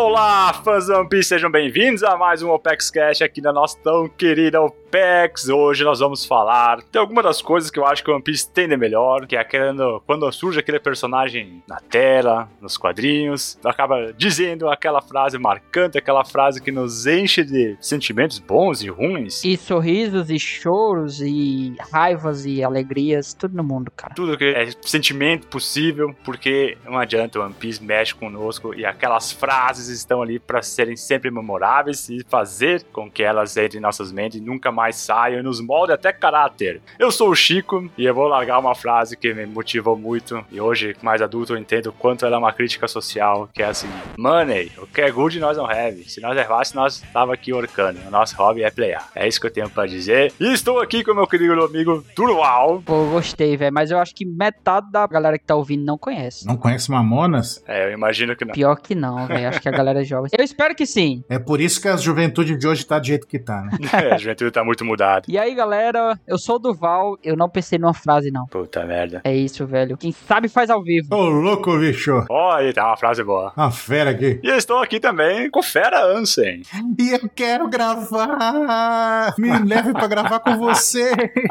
Olá, fãs do One Piece, sejam bem-vindos a mais um Opex Cash aqui na nossa tão querida Opex. Hoje nós vamos falar de algumas das coisas que eu acho que o One Piece tem de melhor, que é quando surge aquele personagem na tela, nos quadrinhos, acaba dizendo aquela frase marcante, aquela frase que nos enche de sentimentos bons e ruins. E sorrisos, e choros, e raivas, e alegrias, tudo no mundo, cara. Tudo que é sentimento possível, porque não adianta, o One Piece mexe conosco e aquelas frases estão ali para serem sempre memoráveis e fazer com que elas entrem em nossas mentes e nunca mais saiam e nos moldem até caráter. Eu sou o Chico e eu vou largar uma frase que me motivou muito e hoje, mais adulto, eu entendo o quanto ela é uma crítica social, que é assim: Money, o que é good nós não have. Se nós errássemos, nós tava aqui orcando. O nosso hobby é playar. É isso que eu tenho para dizer. E estou aqui com o meu querido amigo Turval. Pô, gostei, velho, mas eu acho que metade da galera que tá ouvindo não conhece. Não conhece Mamonas? É, eu imagino que não. Pior que não, velho. Acho que a galera é jovem. Eu espero que sim. É por isso que a juventude de hoje tá do jeito que tá, né? A juventude tá muito mudada. E aí, galera, eu sou o Duval. Eu não pensei numa frase, não. Puta merda. É isso, velho. Quem sabe faz ao vivo. Ô, louco, bicho. Olha, tá uma frase boa. Uma fera aqui. E eu estou aqui também com Fera Ansem. E eu quero gravar. Me leve pra gravar com vocês.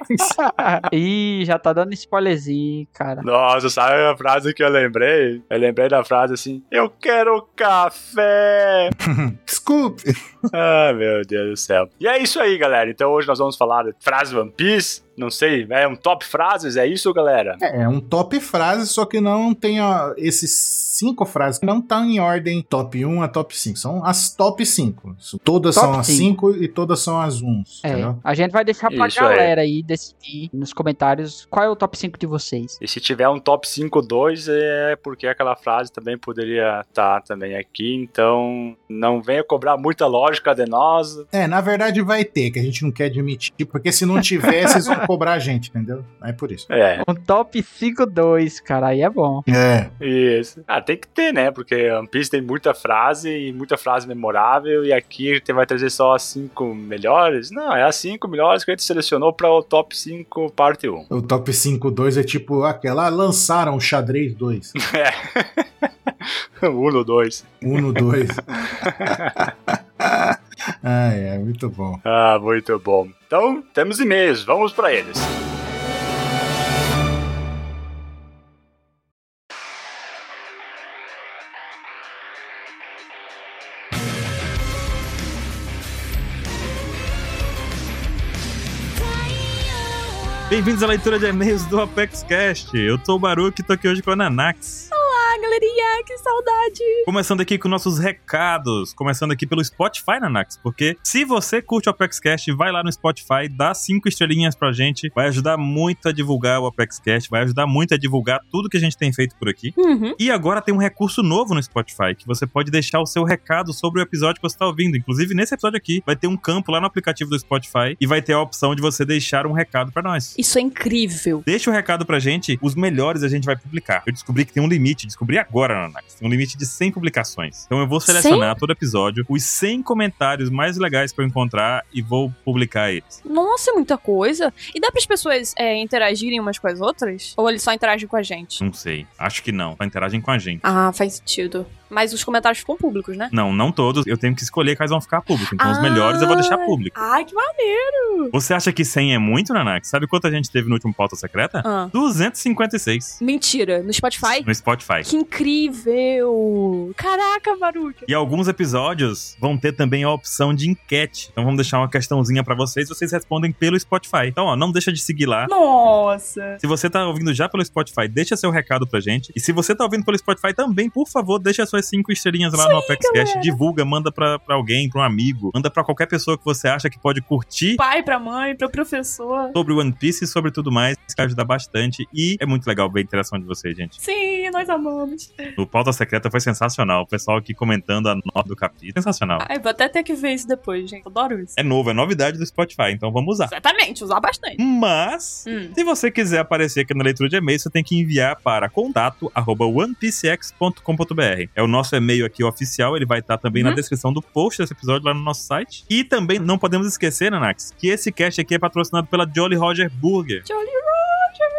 Ih, já tá dando spoilerzinho, cara. Nossa, sabe a frase que eu lembrei? Eu lembrei da frase assim: eu quero café. Desculpe. Ah, meu Deus do céu. E é isso aí, galera. Então hoje nós vamos falar de frase One Piece. Não sei, é um top frases, é isso, galera? É um top frase, só que não tem esses 5 frases. Não tá em ordem top 1 a top 5. São as top 5. Todas Top são as 5 e todas são as 1. Entendeu? A gente vai deixar pra Isso galera aí decidir nos comentários qual é o top 5 de vocês. E se tiver um top 5-2 é porque aquela frase também poderia estar também aqui. Então não venha cobrar muita lógica de nós. Na verdade vai ter, que a gente não quer admitir, porque se não tiver, vocês vão cobrar a gente, entendeu? É por isso. É. Um top 5-2, cara, aí é bom. É. Isso. Ah, tem que ter, né? Porque One Piece tem muita frase e muita frase memorável. E aqui a gente vai trazer só as 5 melhores. Não, é as 5 melhores que a gente selecionou para o top 5 parte 1. O top 5-2 é tipo aquela, lançaram o xadrez 2. É. Uno 2. Uno 2. Muito bom. Ah, muito bom. Então, temos e-mails, vamos para eles. Bem-vindos à leitura de e-mails do Apex Cast. Eu sou o Baruch e tô aqui hoje com a Nanax. Olá, galerinha, que saudade! Começando aqui com nossos recados. Começando aqui pelo Spotify, Nanax. Porque se você curte o Apex Cast, vai lá no Spotify, dá 5 estrelinhas pra gente. Vai ajudar muito a divulgar o Apex Cast. Vai ajudar muito a divulgar tudo que a gente tem feito por aqui. Uhum. E agora tem um recurso novo no Spotify, que você pode deixar o seu recado sobre o episódio que você tá ouvindo. Inclusive, nesse episódio aqui, vai ter um campo lá no aplicativo do Spotify e vai ter a opção de você deixar um recado pra nós. Isso é incrível. Deixa o recado pra gente, os melhores a gente vai publicar. Eu descobri que tem um limite, descobri agora, Nanax, tem um limite de 100 publicações. Então eu vou selecionar 100? todo episódio, os 100 comentários mais legais que eu encontrar e vou publicar eles. Nossa, é muita coisa. E dá para as pessoas interagirem umas com as outras? Ou eles só interagem com a gente? Não sei, acho que não, só interagem com a gente. Ah, faz sentido. Mas os comentários ficam públicos, né? Não todos, eu tenho que escolher quais vão ficar públicos. Então os melhores eu vou deixar público. Ai, que maneiro! Você acha que 100 é muito, Nanax? Sabe quanto a gente teve no último Pauta Secreta? 256. Mentira, no Spotify? No Spotify. Que incrível! Caraca, Baruch! E alguns episódios vão ter também a opção de enquete. Então vamos deixar uma questãozinha pra vocês respondem pelo Spotify. Então, ó, não deixa de seguir lá. Nossa! Se você tá ouvindo já pelo Spotify, deixa seu recado pra gente. E se você tá ouvindo pelo Spotify também, por favor, deixa suas 5 estrelinhas lá no ApexCast. Divulga, manda pra alguém, pra um amigo. Manda pra qualquer pessoa que você acha que pode curtir. Pai, pra mãe, pro professor. Sobre One Piece e sobre tudo mais. Isso ajuda bastante. E é muito legal ver a interação de vocês, gente. Sim, nós amamos. O Pauta Secreta foi sensacional. O pessoal aqui comentando a nota do capítulo. Sensacional. Ai, vou até ter que ver isso depois, gente. Adoro isso. É novo, é novidade do Spotify, então vamos usar. Exatamente, usar bastante. Mas, se você quiser aparecer aqui na leitura de e-mail, você tem que enviar para contato@onepcx.com.br. É o nosso e-mail aqui oficial, ele vai estar também na descrição do post desse episódio lá no nosso site. E também não podemos esquecer, Nanax, que esse cast aqui é patrocinado pela Jolly Roger Burger. Jolly Roger!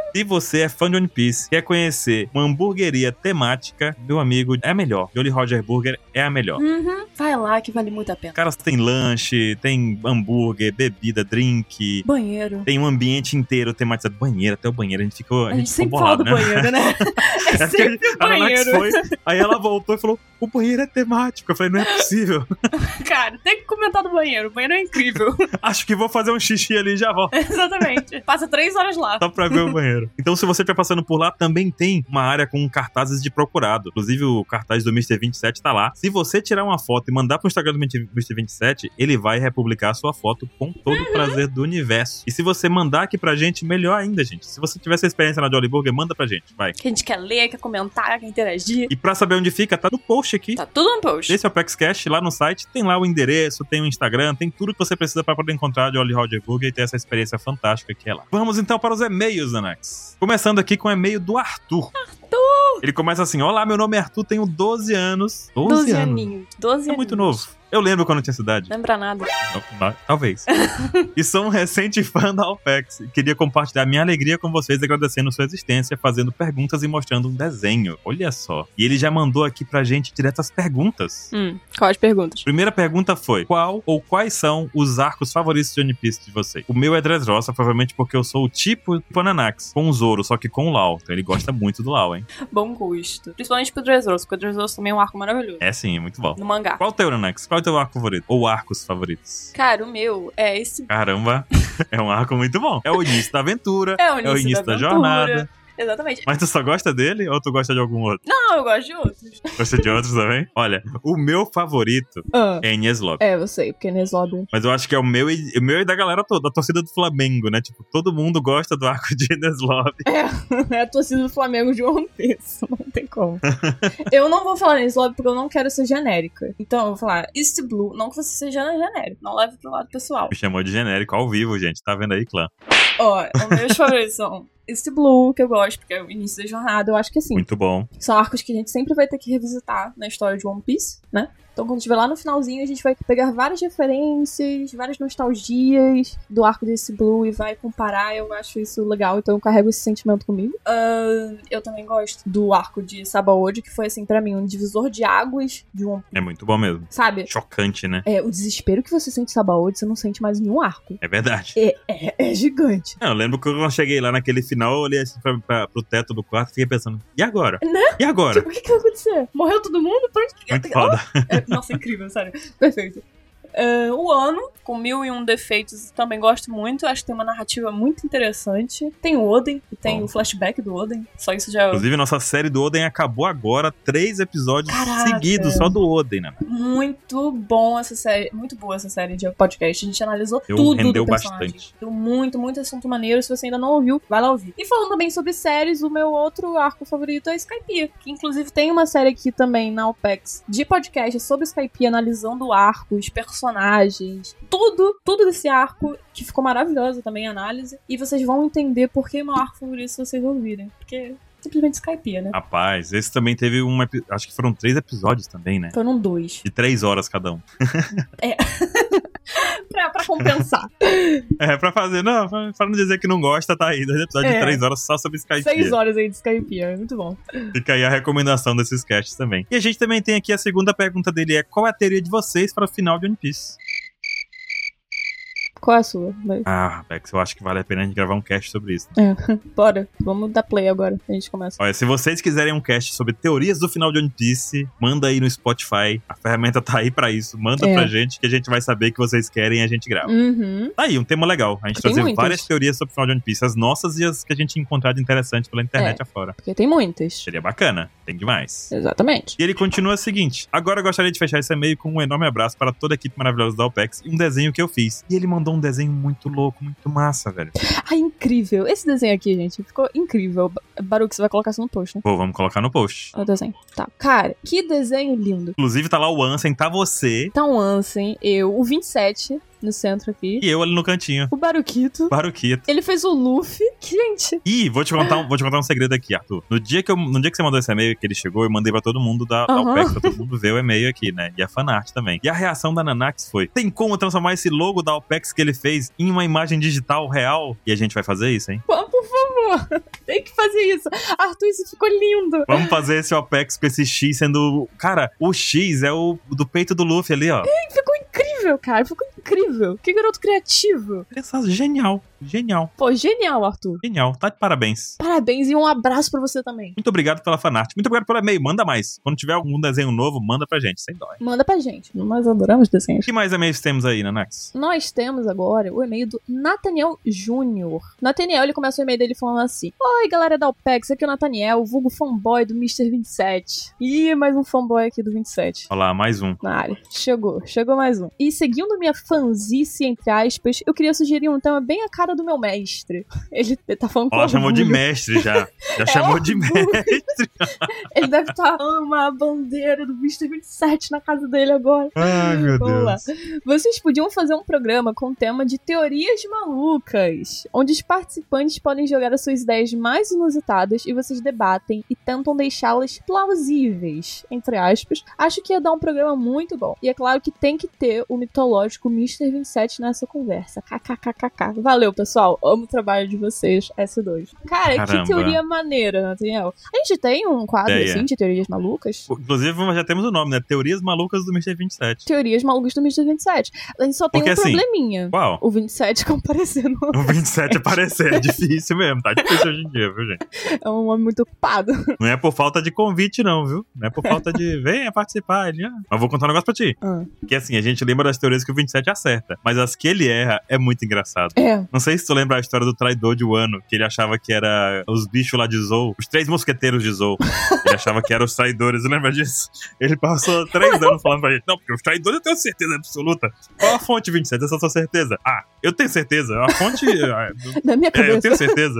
Se você é fã de One Piece, quer conhecer uma hamburgueria temática, meu amigo, é a melhor. Jolly Roger Burger é a melhor. Vai lá que vale muito a pena. Caras, tem lanche, tem hambúrguer, bebida, drink. Banheiro. Tem um ambiente inteiro tematizado. Banheiro, até o banheiro. A gente ficou sempre bolado, fala do banheiro, né? É sempre o A Nanax banheiro. foi, aí ela voltou e falou, o banheiro é temático. Eu falei, não é possível. Cara, tem que comentar do banheiro. O banheiro é incrível. Acho que vou fazer um xixi ali e já volto. Exatamente. Passa 3 horas lá. Só pra ver o banheiro. Então, se você estiver passando por lá, também tem uma área com cartazes de procurado. Inclusive, o cartaz do Mr. 27 tá lá. Se você tirar uma foto e mandar pro Instagram do Mr. 27, ele vai republicar a sua foto com todo o prazer do universo. E se você mandar aqui pra gente, melhor ainda, gente. Se você tiver essa experiência na Jolly Burger, manda pra gente, vai. Que a gente quer ler, quer comentar, quer interagir. E pra saber onde fica, tá no post aqui. Tá tudo no post. Esse é o PaxCast, lá no site, tem lá o endereço, tem o Instagram, tem tudo que você precisa pra poder encontrar a Jolly Roger Burger e ter essa experiência fantástica que é lá. Vamos então para os e-mails, Anax. Começando aqui com o e-mail do Arthur. Ele começa assim, olá, meu nome é Arthur, tenho 12 anos. 12 anos? aninhos. 12 É muito novo. Eu lembro quando eu tinha essa idade. Lembra nada. Talvez. E sou um recente fã da Alpex. Queria compartilhar minha alegria com vocês, agradecendo sua existência, fazendo perguntas e mostrando um desenho. Olha só. E ele já mandou aqui pra gente direto as perguntas. Quais as perguntas? Primeira pergunta foi, qual ou quais são os arcos favoritos de One Piece de vocês? O meu é Dressrosa, provavelmente porque eu sou o tipo Pananax, com o Zoro, só que com o Lau. Então ele gosta muito do Lau, hein? Bom gosto. Principalmente pro Dressrosa, porque o Dressrosa também é um arco maravilhoso. É sim, é muito bom. No mangá. Qual o teu, Anax? Qual é o teu arco favorito? Ou arcos favoritos? Cara, o meu é esse. Caramba, é um arco muito bom. É o início da aventura, É o início da aventura. jornada. Exatamente. Mas tu só gosta dele ou tu gosta de algum outro? Não, eu gosto de outros. Gosta de outros também? Olha, o meu favorito é Enies Lobby. É, eu sei, porque Enies Lobby. Mas eu acho que é o meu e da galera toda, da torcida do Flamengo, né? Tipo, todo mundo gosta do arco de Enies Lobby. É a torcida do Flamengo de One Piece. Não tem como. Eu não vou falar Enies Lobby porque eu não quero ser genérica. Então eu vou falar East Blue. Não que você seja genérico. Não leve pro lado pessoal. Me chamou de genérico ao vivo, gente. Tá vendo aí, clã? Ó, os meus favoritos são East Blue, que eu gosto, porque é o início da jornada. Eu acho que assim, Muito bom. são arcos que a gente sempre vai ter que revisitar na história de One Piece, né? Então, quando estiver lá no finalzinho, a gente vai pegar várias referências, várias nostalgias do arco desse Blue e vai comparar. Eu acho isso legal, então eu carrego esse sentimento comigo. Eu também gosto do arco de Sabaody, que foi, assim, pra mim, um divisor de águas de One Piece. É muito bom mesmo. Sabe? Chocante, né? O desespero que você sente em Sabaody, você não sente mais em nenhum arco. É verdade. É gigante. Não, eu lembro que quando eu cheguei lá naquele final, eu olhei assim pro teto do quarto e fiquei pensando, e agora? Né? E agora? Tipo, o que vai acontecer? Morreu todo mundo? Pra onde que... Muito foda. Nossa, incrível, sério. Perfeito. O Ano, com 1001 defeitos, também gosto muito. Acho que tem uma narrativa muito interessante. Tem o Oden, e tem o flashback do Oden. Só isso já... Inclusive, nossa série do Oden acabou agora. 3 episódios seguidos só do Oden, né? Muito bom essa série. Muito boa essa série de podcast. A gente analisou Eu tudo rendeu do personagem. bastante. Deu muito assunto maneiro. Se você ainda não ouviu, vai lá ouvir. E falando também sobre séries, o meu outro arco favorito é Skypiea, que inclusive tem uma série aqui também na OPEX de podcast sobre Skypiea, analisando arcos, personagens, tudo desse arco, que ficou maravilhosa também a análise. E vocês vão entender por que é meu arco favorito se vocês ouvirem. Porque simplesmente Skypiea, né? Rapaz, esse também teve acho que foram 3 episódios também, né? Foram 2. De 3 horas cada um. pra compensar. Pra fazer, não, pra não dizer que não gosta, tá aí. 2 episódios de 3 horas só sobre Skypiea. 6 horas aí de Skypiea, é muito bom. Fica aí a recomendação desses casts também. E a gente também tem aqui a segunda pergunta dele, qual é a teoria de vocês para o final de One Piece? Qual é a sua? Bex, eu acho que vale a pena a gente gravar um cast sobre isso. Bora, vamos dar play agora, a gente começa. Olha, se vocês quiserem um cast sobre teorias do final de One Piece, manda aí no Spotify, a ferramenta tá aí pra isso, manda pra gente, que a gente vai saber que vocês querem e a gente grava. Tá aí, um tema legal, a gente Tem trazer muitas. várias teorias sobre o final de One Piece, as nossas e as que a gente encontrar de interessante pela internet afora. Porque tem muitas. Seria bacana, tem demais. Exatamente. E ele continua o seguinte: agora eu gostaria de fechar esse e-mail com um enorme abraço para toda a equipe maravilhosa da OPEX e um desenho que eu fiz. E ele mandou um desenho muito louco, muito massa, velho. Incrível. Esse desenho aqui, gente, ficou incrível. Baruch, você vai colocar isso no post, né? Pô, vamos colocar no post. O desenho. Tá. Cara, que desenho lindo. Inclusive tá lá o Ansem, tá você. Tá um Ansem, o 27 no centro aqui. E eu ali no cantinho. O Baruquito. Ele fez o Luffy. Gente. Ih, vou te contar um segredo aqui, Arthur. No dia que você mandou esse e-mail, que ele chegou, eu mandei pra todo mundo da OPEX, pra todo mundo ver o e-mail aqui, né? E a fanart também. E a reação da Nanax foi: tem como transformar esse logo da OPEX que ele fez em uma imagem digital real? E a gente vai fazer isso, hein? Por favor. favor. Tem que fazer isso. Arthur, isso ficou lindo. Vamos fazer esse OPEX com esse X sendo... Cara, o X é o do peito do Luffy ali, ó. Ficou incrível, cara. Ficou incrível. Que garoto criativo. Genial. Genial. Pô, genial, Arthur. Genial. Tá de parabéns. Parabéns e um abraço pra você também. Muito obrigado pela fanart. Muito obrigado pelo e-mail. Manda mais. Quando tiver algum desenho novo, manda pra gente. Sem dó. Manda pra gente. Nós adoramos desenhos. Que mais e-mails temos aí, Nanax? Nós temos agora o e-mail do Nathaniel Júnior. Nathaniel, ele começa o e-mail dele falando assim: Oi, galera da OPEX, aqui é o Nathaniel, vulgo fanboy do Mr. 27. Ih, mais um fanboy aqui do 27. Olha lá, mais um. Na área. Chegou mais um. E seguindo minha fanzice, entre aspas, eu queria sugerir um tema bem a cara do meu mestre. Ele tá falando com Ela chamou de orgulho. mestre já. Já chamou de mestre. Ele deve estar a bandeira do Mr. 27 na casa dele agora. Ai, meu Vamos lá. Deus. Vocês podiam fazer um programa com o tema de teorias malucas, onde os participantes podem jogar as suas ideias mais inusitadas e vocês debatem e tentam deixá-las plausíveis, entre aspas. Acho que ia dar um programa muito bom. E é claro que tem que ter o mitológico Mr. 27 nessa conversa. KKKKK. Valeu, pessoal. Amo o trabalho de vocês, S2. Cara, Caramba. que teoria maneira, Nathaniel. A gente tem um quadro Ideia. assim de teorias malucas? Inclusive, já temos o nome, né? Teorias malucas do Mr. 27. Teorias malucas do Mr. 27. A gente só tem Porque, um assim, probleminha. Qual? O 27 comparecendo. O 27 aparecer. É difícil mesmo. Tá difícil hoje em dia, viu, gente? É um homem muito ocupado. Não é por falta de convite, não, viu? Não é por falta de venha participar. Mas vou contar um negócio pra ti. Que assim, a gente lembra das teorias que o 27 acerta. Mas as que ele erra é muito engraçado. É. Não sei se tu lembra a história do traidor de Wano, que ele achava que era os bichos lá de Zou, os 3 mosqueteiros de Zou. Ele achava que eram os traidores, você lembra disso? Ele passou 3 anos falando pra gente, não, porque os traidores eu tenho certeza absoluta. Qual a fonte, 27? Essa é a sua certeza? Ah, eu tenho certeza. A fonte... Na minha cabeça. eu tenho certeza.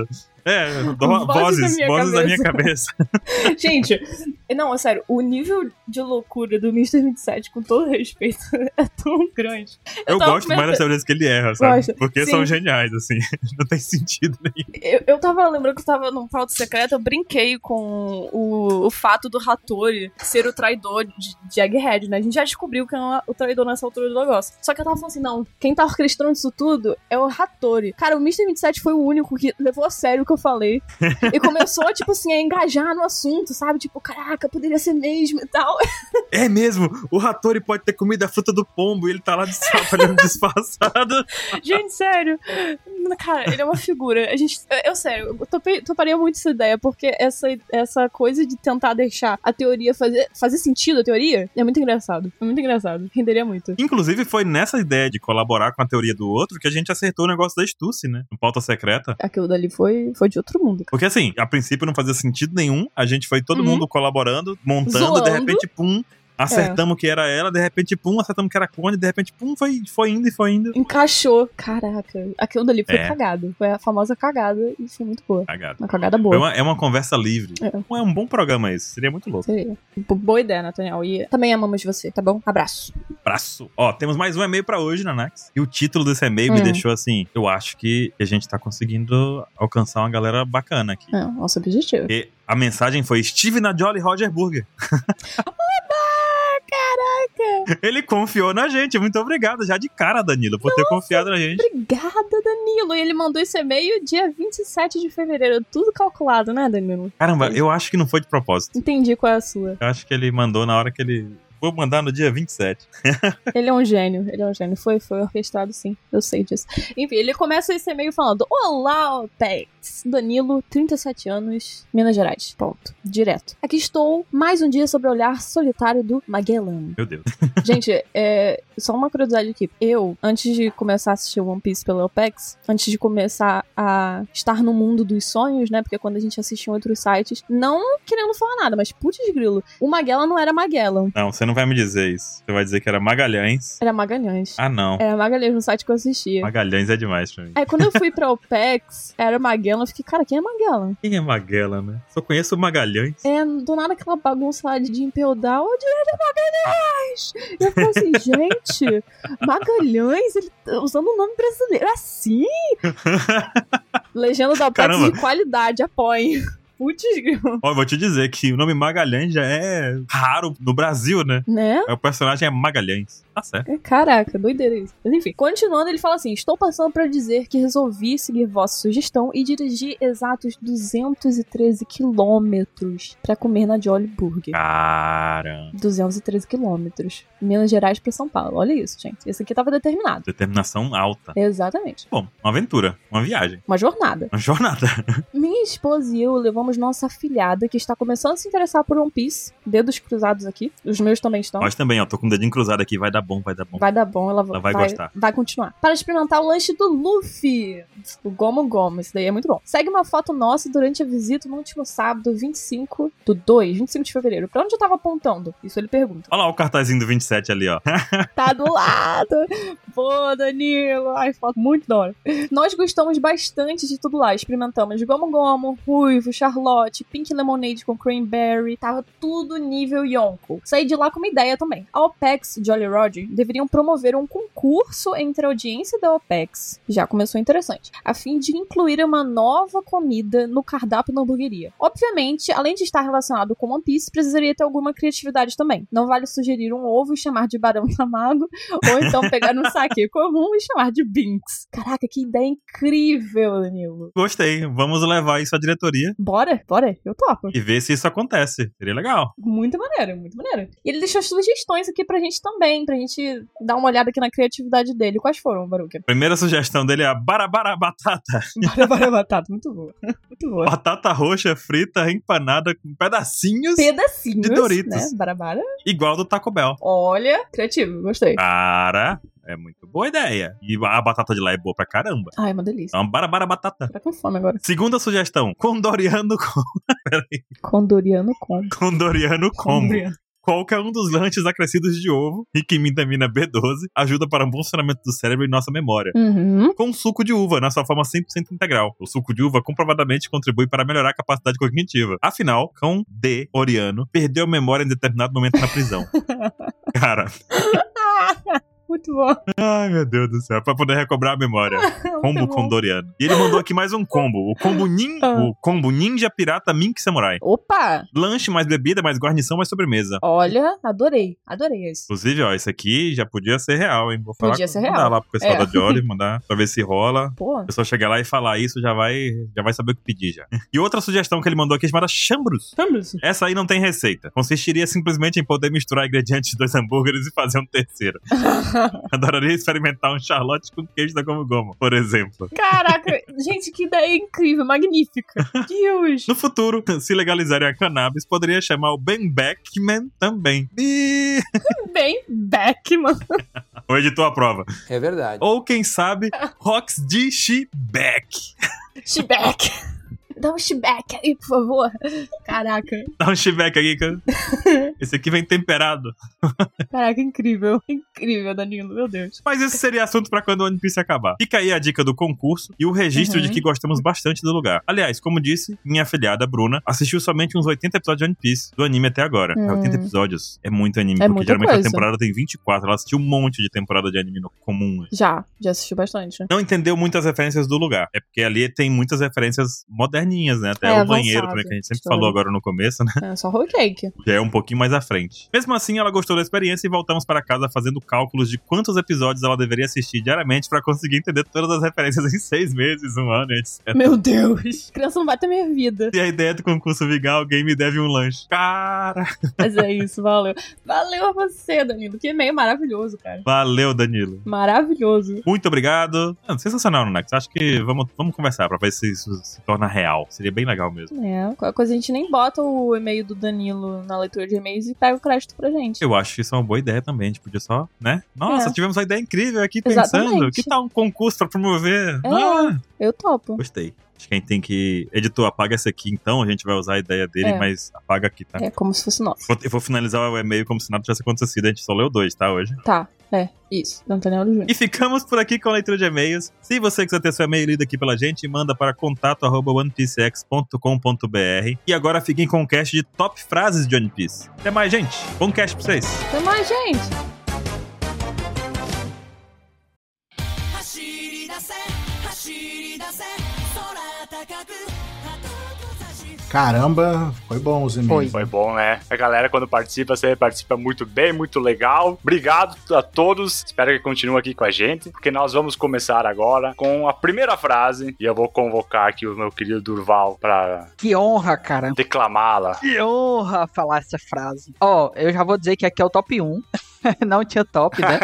Vozes da minha cabeça. Gente, não, é sério, o nível de loucura do Mr. 27, com todo respeito, é tão grande. Eu gosto mais das teorias que ele erra, sabe? Gosto. Porque Sim. são geniais, assim. Não tem sentido nenhum. Eu tava lembrando que eu tava num Pauta Secreta, eu brinquei com o fato do Hattori ser o traidor de Egghead, né? A gente já descobriu que é o traidor nessa altura do negócio. Só que eu tava falando assim, não, quem tá orquestrando isso tudo é o Hattori. Cara, o Mr. 27 foi o único que levou a sério o que eu falei. E começou, tipo assim, a engajar no assunto, sabe? Tipo, caraca, poderia ser mesmo e tal. É mesmo, o Hattori pode ter comido a fruta do pombo e ele tá lá disfarçado. Gente, sério. Cara, ele é uma figura. Sério, eu toparia muito essa ideia, porque essa coisa de tentar deixar a teoria fazer sentido, a teoria, é muito engraçado. É muito engraçado. Renderia muito. Inclusive, foi nessa ideia de colaborar com a teoria do outro que a gente acertou o negócio da Stussy, né? No Pauta Secreta. Aquilo dali foi de outro mundo. Porque assim, a princípio não fazia sentido nenhum, a gente foi todo mundo colaborando, montando, Zoando. de repente, pum, acertamos que era ela, de repente, pum, acertamos que era a Conde, de repente, pum, foi indo. Encaixou. Caraca. Aquilo dali foi cagado. Foi a famosa cagada e foi muito boa. Cagado. Uma cagada boa. É uma conversa livre. É um bom programa esse, seria muito louco. Seria. Boa ideia, Nathaniel. E também amamos você, tá bom? Abraço. Abraço. Ó, temos mais um e-mail pra hoje, Nanax. E o título desse e-mail me deixou assim, eu acho que a gente tá conseguindo alcançar uma galera bacana aqui. É, nosso objetivo. E a mensagem foi Steve na Jolly Roger Burger. Caraca! Ele confiou na gente. Muito obrigado já de cara, Danilo, por ter confiado na gente. Obrigada, Danilo. E ele mandou esse e-mail dia 27 de fevereiro. Tudo calculado, né, Danilo? Caramba, eu acho que não foi de propósito. Entendi qual é a sua. Eu acho que ele mandou na hora que ele... Vou mandar no dia 27. Ele é um gênio. Foi orquestrado, sim. Eu sei disso. Enfim, ele começa esse e-mail falando: Olá, OPEX. Danilo, 37 anos, Minas Gerais. Ponto. Direto. Aqui estou, mais um dia sobre o olhar solitário do Magellan. Meu Deus. Gente, só uma curiosidade aqui. Eu, antes de começar a assistir One Piece pela OPEX, antes de começar a estar no mundo dos sonhos, né? Porque quando a gente assiste em outros sites, não querendo falar nada, mas putz grilo, o Magellan não era Magellan. Não, você não vai me dizer isso. Você vai dizer que era Magalhães. Era Magalhães. Ah, não. Era Magalhães no site que eu assistia. Magalhães é demais pra mim. Aí quando eu fui pra OPEX, era Magellan, eu fiquei, cara, quem é Magellan? Quem é Magellan, né? Só conheço o Magalhães. Do nada aquela bagunça lá de empeudar, o direito é Magalhães! E eu falei assim, gente, Magalhães, ele tá usando o nome brasileiro assim? Legenda da OPEX de qualidade, apoiem. Putz, grilo. Ó, eu vou te dizer que o nome Magalhães já é raro no Brasil, né? Né? O personagem é Magalhães. Tá certo. Caraca, doideira isso. Mas enfim, continuando, ele fala assim: estou passando pra dizer que resolvi seguir vossa sugestão e dirigir exatos 213 quilômetros pra comer na Jolly Burger. Cara. 213 quilômetros. Minas Gerais pra São Paulo. Olha isso, gente. Esse aqui tava determinado. Determinação alta. Exatamente. Bom, uma aventura, uma viagem, Uma jornada. uma jornada. Minha esposa e eu levamos nossa afilhada, que está começando a se interessar por One Piece. Dedos cruzados aqui. Os meus também estão. Nós também, ó, tô com o dedinho cruzado aqui, vai dar bom, vai dar bom. Vai dar bom, ela Ela vai gostar. Vai continuar. Para experimentar o lanche do Luffy. O Gomu Gomu. Esse daí é muito bom. Segue uma foto nossa durante a visita no último sábado, 25 de fevereiro. Pra onde eu tava apontando? Isso ele pergunta. Olha lá o cartazinho do 27 ali, ó. Tá do lado. Pô, Danilo. Ai, foto muito da hora. Nós gostamos bastante de tudo lá. Experimentamos Gomu Gomu, Ruivo, Charlotte, Pink Lemonade com Cranberry. Tava tudo nível Yonko. Saí de lá com uma ideia também. A OPEX e Jolly Roger deveriam promover um concurso entre a audiência da OPEX. Já começou interessante. A fim de incluir uma nova comida no cardápio da hamburgueria. Obviamente, além de estar relacionado com One Piece, precisaria ter alguma criatividade também. Não vale sugerir um ovo e chamar de Barão Tamago, ou então pegar um saque comum e chamar de Binks. Caraca, que ideia incrível, Danilo. Gostei, vamos levar isso à diretoria Bora, eu topo. e ver se isso acontece. Seria legal. Muito maneiro, muito maneiro. E ele deixou sugestões aqui pra gente também, pra gente dar uma olhada aqui na criatividade dele. Quais foram, Baruca? Primeira sugestão dele é a barabara batata. Bora, batata, muito boa. Muito boa. Batata roxa frita, empanada com pedacinhos Pedacinhos, de Doritos. né? Barabara. igual do Taco Bell. Olha, criativo, gostei. Cara, é muito boa ideia. E a batata de lá é boa pra caramba. Ai, uma delícia. É uma barabara batata. Tá com fome agora. Segunda sugestão, Condoriano Condoriano combo. Condoriano Combo. Condoriano. Qualquer um dos lanches acrescidos de ovo, rico em vitamina B12, ajuda para um bom funcionamento do cérebro e nossa memória. Uhum. Com suco de uva, na sua forma 100% integral. O suco de uva comprovadamente contribui para melhorar a capacidade cognitiva. Afinal, Cão D. Oriano perdeu a memória em determinado momento na prisão. Cara, Muito bom. ai meu Deus do céu, pra poder recobrar a memória. Combo bom. Condoriano. E ele mandou aqui mais um combo. O combo Ninja Pirata Mink Samurai. Opa! Lanche, mais bebida, mais guarnição, mais sobremesa. Olha, adorei. Adorei esse. Inclusive, ó, isso aqui já podia ser real, hein? Vou falar Podia ser mandar real. lá pro pessoal É. da Jolly, mandar pra ver se rola. Pô. A pessoa chegar lá e falar isso, já vai saber o que pedir já. E outra sugestão que ele mandou aqui é chamada Chambrus. Vamos. Essa aí não tem receita. Consistiria simplesmente em poder misturar ingredientes de 2 hambúrgueres e fazer um terceiro. Adoraria experimentar um Charlotte com queijo da Gomu Gomu, por exemplo. Caraca, gente, que ideia incrível, magnífica. Deus. No futuro, se legalizarem a cannabis, poderia chamar o Ben Beckman também. E... Bem, Beckman. O editor aprova. É verdade. Ou, quem sabe, Rox de Shebeck. Shebeck. Dá um Shebeck aí, por favor. Caraca. Dá um Shebeck aqui, cara. Esse aqui vem temperado. Caraca, incrível. Incrível, Danilo, meu Deus. Mas esse seria assunto pra quando o One Piece acabar. Fica aí a dica do concurso e o registro de que gostamos bastante do lugar. Aliás, como disse, minha afilhada, Bruna, assistiu somente uns 80 episódios de One Piece do anime até agora. 80 episódios é muito anime, É porque muita geralmente coisa. a temporada tem 24. Ela assistiu um monte de temporada de anime no comum. Já assisti bastante. Não entendeu muitas referências do lugar. É porque ali tem muitas referências moderninhas, né? Até É, o banheiro avançado. também, que a gente sempre História. falou agora no começo, né? É só whole cake. Já é um pouquinho mais à frente. Mesmo assim, ela gostou da experiência e voltamos para casa fazendo cálculos de quantos episódios ela deveria assistir diariamente pra conseguir entender todas as referências em 6 meses, 1 ano, etc. Meu Deus. Criança não vai ter minha vida. E a ideia do concurso vingar, alguém me deve um lanche. Cara! Mas é isso, valeu. Valeu a você, Danilo. Que e-mail maravilhoso, cara. Valeu, Danilo. Maravilhoso. Muito obrigado. Sensacional, Nex. Acho que vamos conversar pra ver se isso se torna real. Seria bem legal mesmo. É, qualquer coisa a gente nem bota o e-mail do Danilo na leitura de e-mails e pega o crédito pra gente. Eu acho que isso é uma boa ideia também. A gente podia só, né? Nossa, É. tivemos uma ideia incrível aqui pensando. Exatamente. Que tal um concurso pra promover? É. Ah, Eu topo. gostei. Acho que a gente tem que... Editor, apaga essa aqui então. A gente vai usar a ideia dele, É. mas apaga aqui, tá? É como se fosse nosso. Eu vou finalizar o e-mail como se nada tivesse acontecido. A gente só leu 2, tá? Hoje. Tá, isso. Não tem nada de E ficamos por aqui com a leitura de e-mails. Se você quiser ter seu e-mail lido aqui pela gente, manda para contato@onepcx.com.br. E agora fiquem com o cast de top frases de One Piece. Até mais, gente. Bom cast pra vocês. Até mais, gente. Caramba, foi bom os e-mails. Foi bom, né? A galera, quando participa, você participa muito bem, muito legal. Obrigado a todos. Espero que continue aqui com a gente, porque nós vamos começar agora com a primeira frase. E eu vou convocar aqui o meu querido Durval pra Que honra, cara. declamá-la. Que honra falar essa frase. Ó, eu já vou dizer que aqui é o top 1. Não tinha top, né?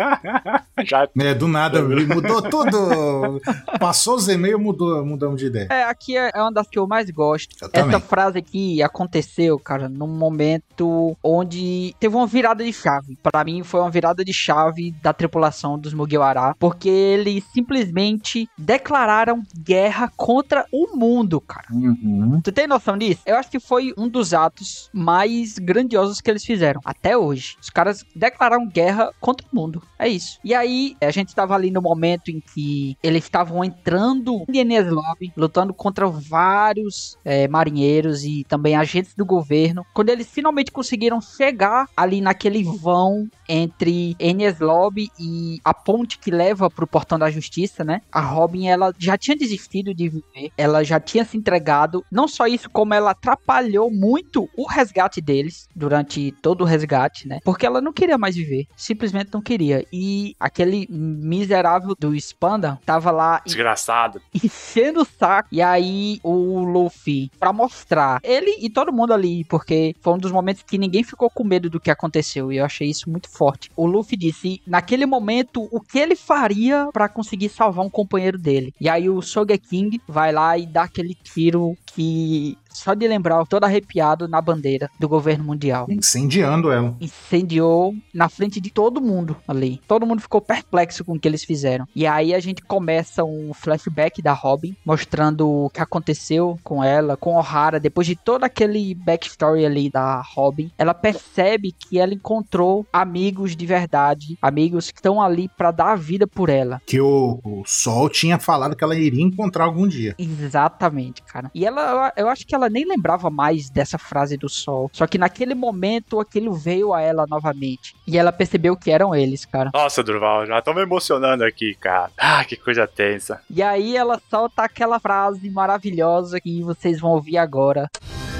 Já Do nada, mudou tudo. Passou os e-mails, mudamos de ideia. Aqui é uma das que eu mais gosto. Eu também. Essa frase aqui aconteceu, cara, num momento onde teve uma virada de chave. Pra mim, foi uma virada de chave da tripulação dos Mugiwara, porque eles simplesmente declararam guerra contra o mundo, cara. Tu tem noção disso? Eu acho que foi um dos atos mais grandiosos que eles fizeram até hoje. Os caras declararam guerra contra o mundo. É isso. E aí, a gente tava ali no momento em que eles estavam entrando em Enies Lobby, lutando contra vários marinheiros e também agentes do governo. Quando eles finalmente conseguiram chegar ali naquele vão entre Enies Lobby e a ponte que leva pro Portão da Justiça, né? A Robin, ela já tinha desistido de viver. Ela já tinha se entregado. Não só isso, como ela atrapalhou muito o resgate deles durante todo o resgate, né? Porque ela não queria mais viver. Simplesmente não queria. E aquele miserável do Spanda tava lá desgraçado. enchendo o saco. E aí o Luffy, pra mostrar ele e todo mundo ali, porque foi um dos momentos que ninguém ficou com medo do que aconteceu. E eu achei isso muito forte. O Luffy disse, naquele momento, o que ele faria pra conseguir salvar um companheiro dele. E aí o Sogeking vai lá e dá aquele tiro que... Só de lembrar, eu tô todo arrepiado na bandeira do governo mundial. Incendiando ela. Incendiou na frente de todo mundo ali. Todo mundo ficou perplexo com o que eles fizeram. E aí a gente começa um flashback da Robin, mostrando o que aconteceu com ela, com Ohara. Depois de todo aquele backstory ali da Robin, ela percebe que ela encontrou amigos de verdade. Amigos que estão ali pra dar a vida por ela. Que o Sol tinha falado que ela iria encontrar algum dia. Exatamente, cara. E ela, eu acho que ela nem lembrava mais dessa frase do Sol. Só que naquele momento aquilo veio a ela novamente. E ela percebeu que eram eles, cara. Nossa, Durval, já tô me emocionando aqui, cara. Ah, que coisa tensa. E aí ela solta aquela frase maravilhosa que vocês vão ouvir agora.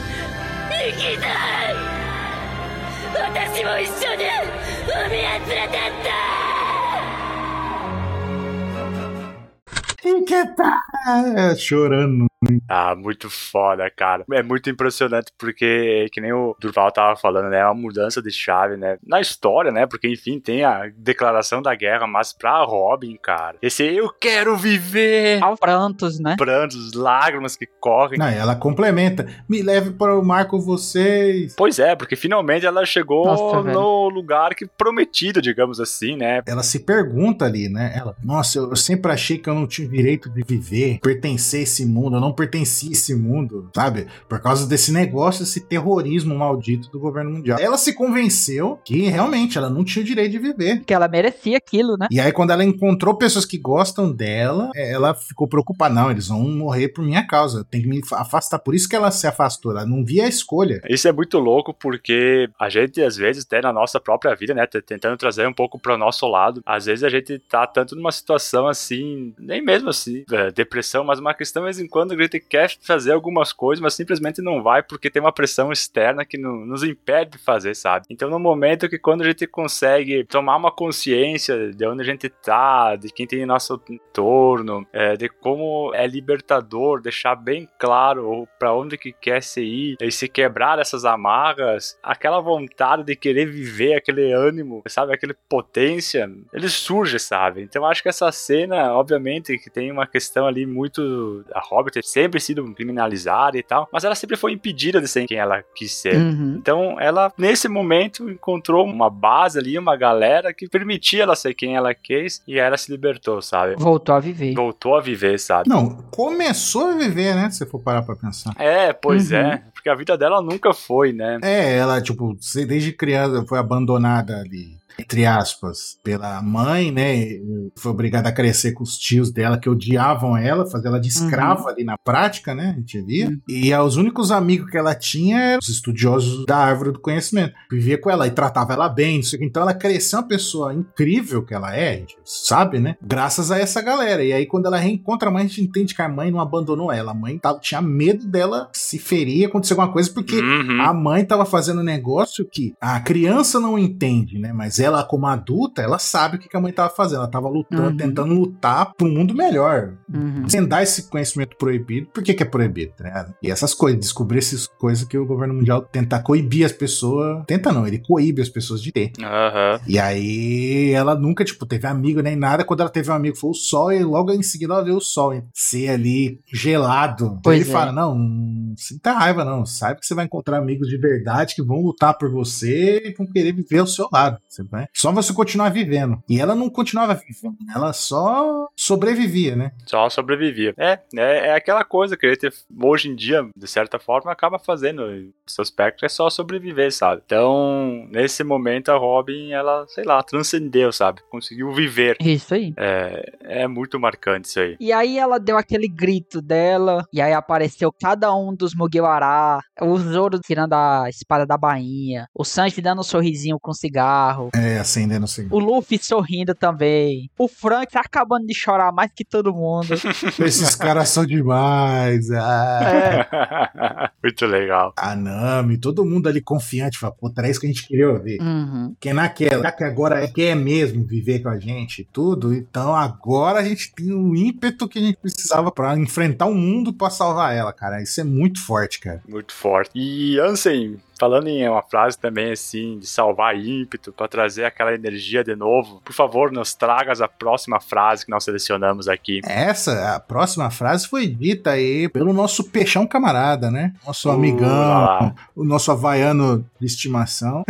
Chorando. Ah, muito foda, cara. É muito impressionante porque, que nem o Durval tava falando, né? É uma mudança de chave, né? Na história, né? Porque, enfim, tem a declaração da guerra, mas pra Robin, cara, esse eu quero viver. Aos prantos, né? Prantos, lágrimas que correm. Não, ela complementa. Me leve para o mar com vocês. Pois é, porque finalmente ela chegou Nossa, no lugar que prometido, digamos assim, né? Ela se pergunta ali, né? Ela, nossa, eu sempre achei que eu não tinha direito de viver, pertencer a esse mundo, eu não pertencia a esse mundo, sabe? Por causa desse negócio, esse terrorismo maldito do governo mundial. Ela se convenceu que realmente ela não tinha o direito de viver. Que ela merecia aquilo, né? E aí quando ela encontrou pessoas que gostam dela, ela ficou preocupada. Não, eles vão morrer por minha causa, tem que me afastar. Por isso que ela se afastou, ela não via a escolha. Isso é muito louco porque a gente, às vezes, até na nossa própria vida, né, tentando trazer um pouco pro nosso lado, às vezes a gente tá tanto numa situação assim, nem mesmo assim, depressão, mas uma questão, de vez em quando, a gente quer fazer algumas coisas, mas simplesmente não vai porque tem uma pressão externa que nos impede de fazer, sabe? Então, no momento que quando a gente consegue tomar uma consciência de onde a gente tá, de quem tem em nosso entorno, de como é libertador, deixar bem claro pra onde que quer se ir, e se quebrar essas amarras, aquela vontade de querer viver, aquele ânimo, sabe? Aquele potência, ele surge, sabe? Então, acho que essa cena, obviamente, que tem uma questão ali muito... A Robin ter sempre sido criminalizada e tal, mas ela sempre foi impedida de ser quem ela quis ser. Uhum. Então, ela, nesse momento, encontrou uma base ali, uma galera que permitia ela ser quem ela quis e ela se libertou, sabe? Voltou a viver. Voltou a viver, sabe? Não, começou a viver, né? Se for parar pra pensar. Pois é. Porque a vida dela nunca foi, né? Ela, tipo, desde criança foi abandonada ali entre aspas, pela mãe, né? Foi obrigada a crescer com os tios dela que odiavam ela, fazer ela de escrava ali na prática, né? A gente via. E os únicos amigos que ela tinha eram os estudiosos da árvore do conhecimento. Vivia com ela e tratava ela bem, não sei o que. Então ela cresceu uma pessoa incrível que ela é, a gente sabe, né? Graças a essa galera. E aí quando ela reencontra a mãe, a gente entende que a mãe não abandonou ela. A mãe tinha medo dela se ferir, acontecer alguma coisa, porque a mãe tava fazendo um negócio que a criança não entende, né? Mas ela, como adulta, ela sabe o que a mãe tava fazendo. Ela tava lutando, tentando lutar para um mundo melhor. Sem dar esse conhecimento proibido. Por que é proibido, né? E essas coisas, descobrir essas coisas que o governo mundial tenta coibir as pessoas. Tenta não, ele coíbe as pessoas de ter. E aí ela nunca, tipo, teve amigo nem nada. Quando ela teve um amigo, foi o sol, e logo em seguida ela viu o sol, hein? Ser ali gelado. Ele fala, não sinta raiva, não. Saiba que você vai encontrar amigos de verdade que vão lutar por você e vão querer viver ao seu lado. Só você continuar vivendo. E ela não continuava vivendo, ela só sobrevivia, né? Só sobrevivia. É aquela coisa que ele hoje em dia, de certa forma, acaba fazendo. Esse aspecto é só sobreviver, sabe? Então, nesse momento, a Robin, ela, sei lá, transcendeu, sabe? Conseguiu viver. Isso aí. É muito marcante isso aí. E aí ela deu aquele grito dela, e aí apareceu cada um dos Mugiwara, o Zoro tirando a espada da bainha, o Sanji dando um sorrisinho com cigarro. Acendendo o cigarro. O Luffy sorrindo também. O Frank acabando de chorar mais que todo mundo. Esses caras são demais. Muito legal. A Nami, todo mundo ali confiante. Fala, pô, era isso que a gente queria ouvir. Porque naquela, que agora quer mesmo viver com a gente e tudo, então agora a gente tem o ímpeto que a gente precisava pra enfrentar o mundo pra salvar ela, cara. Isso é muito forte, cara. Muito forte. E Ansem, falando em uma frase também assim, de salvar ímpeto, pra trazer aquela energia de novo, por favor, nos tragas a próxima frase que nós selecionamos aqui. A próxima frase foi dita aí pelo nosso peixão camarada, né? Nosso amigão, o nosso havaiano de estimação.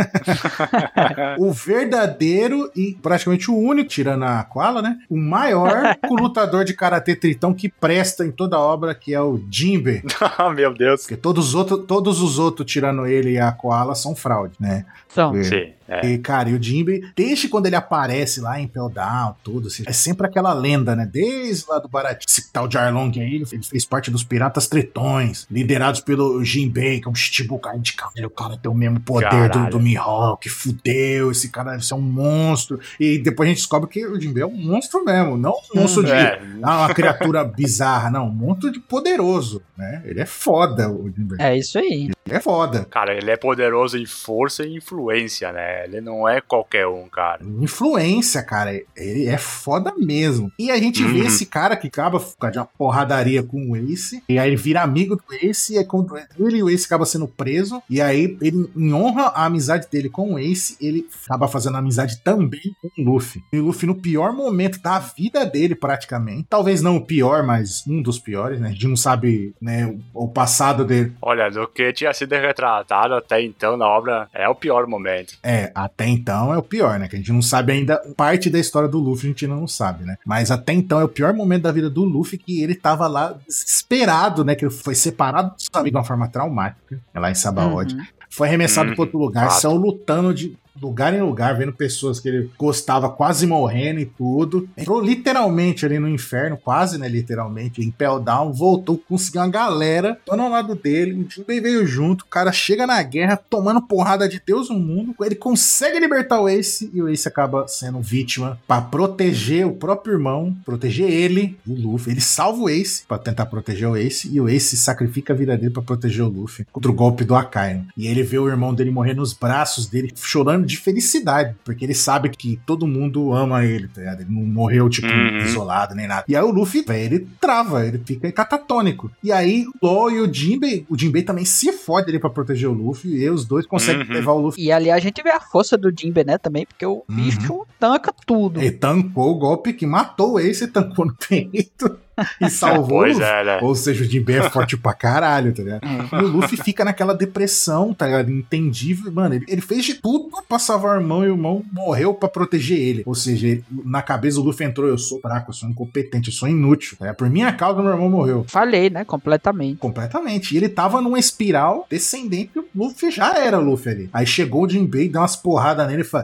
O verdadeiro e praticamente o único, tirando a Koala, né? O maior lutador de karatê tritão que presta em toda a obra, que é o Jinbe. Meu Deus. Porque todos os outros, tirando ele e a Koala, são fraude, né? São. Sim. E, cara, e o Jinbe, desde quando ele aparece lá em Impel Down, tudo, assim, é sempre aquela lenda, né? Desde lá do Baratie, esse tal de Arlong aí, ele fez parte dos Piratas Tritões, liderados pelo Jinbei, que é um Shichibukai de cabelo. O cara tem o mesmo poder do Mihawk, fudeu, esse cara deve ser um monstro. E depois a gente descobre que o Jinbei é um monstro mesmo, não um monstro de uma criatura bizarra, não, um monstro de poderoso, né? Ele é foda, o Jinbei. É isso aí. Ele é foda. Cara, ele é poderoso em força e influência, né? Ele não é qualquer um, cara. Influência, cara. Ele é foda mesmo. E a gente vê esse cara que acaba de uma porradaria com o Ace. E aí ele vira amigo do Ace. E aí quando ele e o Ace acabam sendo preso. E aí ele, em honra à amizade dele com o Ace, ele acaba fazendo amizade também com o Luffy. E o Luffy no pior momento da vida dele, praticamente. Talvez não o pior, mas um dos piores, né? A gente não sabe, né, o passado dele. Olha, do que tinha sido retratado até então na obra, é o pior momento. Até então é o pior, né? Que a gente não sabe ainda. Parte da história do Luffy a gente não sabe, né? Mas até então é o pior momento da vida do Luffy, que ele tava lá desesperado, né? Que ele foi separado dos amigos de uma forma traumática, lá em Sabaody. Foi arremessado para outro lugar, são lutando de lugar em lugar, vendo pessoas que ele gostava quase morrendo e tudo. Entrou literalmente ali no inferno, quase, né, literalmente, em Impel Down, voltou, conseguiu uma galera, tô ao lado dele, o Jinbei veio junto, o cara chega na guerra, tomando porrada de Deus no mundo, ele consegue libertar o Ace, e o Ace acaba sendo vítima pra proteger o próprio irmão, proteger ele, o Luffy. Ele salva o Ace pra tentar proteger o Ace, e o Ace sacrifica a vida dele pra proteger o Luffy contra o golpe do Akainu. E ele vê o irmão dele morrer nos braços dele, chorando de felicidade, porque ele sabe que todo mundo ama ele, tá ligado? Ele não morreu, tipo, isolado, nem nada. E aí o Luffy, velho, ele trava, ele fica catatônico. E aí o Law e o Jinbei também se fode ali pra proteger o Luffy, e os dois conseguem levar o Luffy. E ali a gente vê a força do Jinbei, né, também, porque o bicho tanca tudo. Ele tancou o golpe que matou o Ace, tancou no peito e salvou o Luffy. Né? Ou seja, o Jinbei é forte pra caralho, tá ligado? E o Luffy fica naquela depressão, tá ligado? Entendível. Mano, ele fez de tudo pra salvar o irmão, e o irmão morreu pra proteger ele. Ou seja, na cabeça o Luffy entrou: eu sou fraco, eu sou incompetente, eu sou inútil. Tá ligado? Por minha causa, meu irmão morreu. Falhei, né? Completamente. Completamente. E ele tava numa espiral descendente, e o Luffy já era o Luffy ali. Aí chegou o Jinbei, deu umas porradas nele e falou: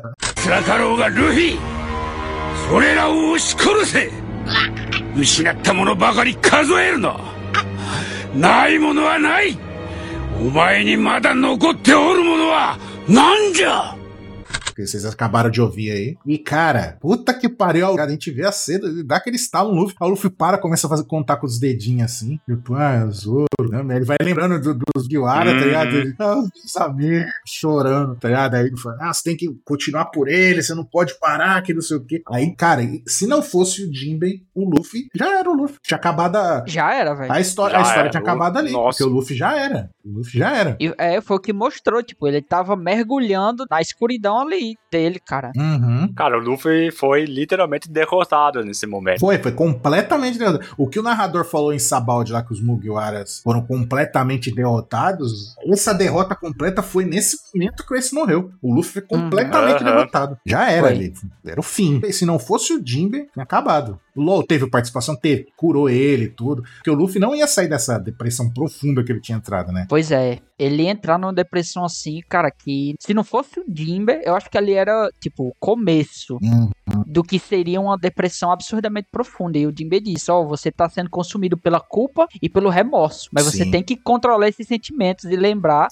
らかろうがルフィ、それらを押し殺せ。失ったものばかり数えるな。ないものはない。お前にまだ残っておるものは何じゃ。 Que vocês acabaram de ouvir aí. E, cara, puta que pariu, a gente vê a cena, dá aquele estalo no Luffy. Aí o Luffy começa a contar com os dedinhos assim. Tipo, Zoro, né? Ele vai lembrando dos Gyuara, tá ligado? Ele, os amigos, chorando, tá ligado? Aí ele fala, você tem que continuar por ele, você não pode parar, que não sei o quê. Aí, cara, se não fosse o Jinbei, o Luffy, já era o Luffy. Tinha acabado Já era, velho. A história tinha acabado ali. Nossa. Porque o Luffy já era. O Luffy já era. E, foi o que mostrou, tipo, ele tava mergulhando na escuridão ali dele, cara. Uhum. Cara, o Luffy foi literalmente derrotado nesse momento. Foi completamente derrotado. O que o narrador falou em Sabaldi lá, que os Mugiwaras foram completamente derrotados, essa derrota completa foi nesse momento que o Ace morreu. O Luffy foi completamente derrotado. Já era ali. Era o fim. E se não fosse o Jinbei, tinha acabado. O LOL teve participação, curou ele e tudo. Porque o Luffy não ia sair dessa depressão profunda que ele tinha entrado, né? Pois é. Ele ia entrar numa depressão assim, cara, que se não fosse o Jinbei, eu acho que ali era, tipo, o começo do que seria uma depressão absurdamente profunda. E o Jinbei disse, você tá sendo consumido pela culpa e pelo remorso. Mas você tem que controlar esses sentimentos e lembrar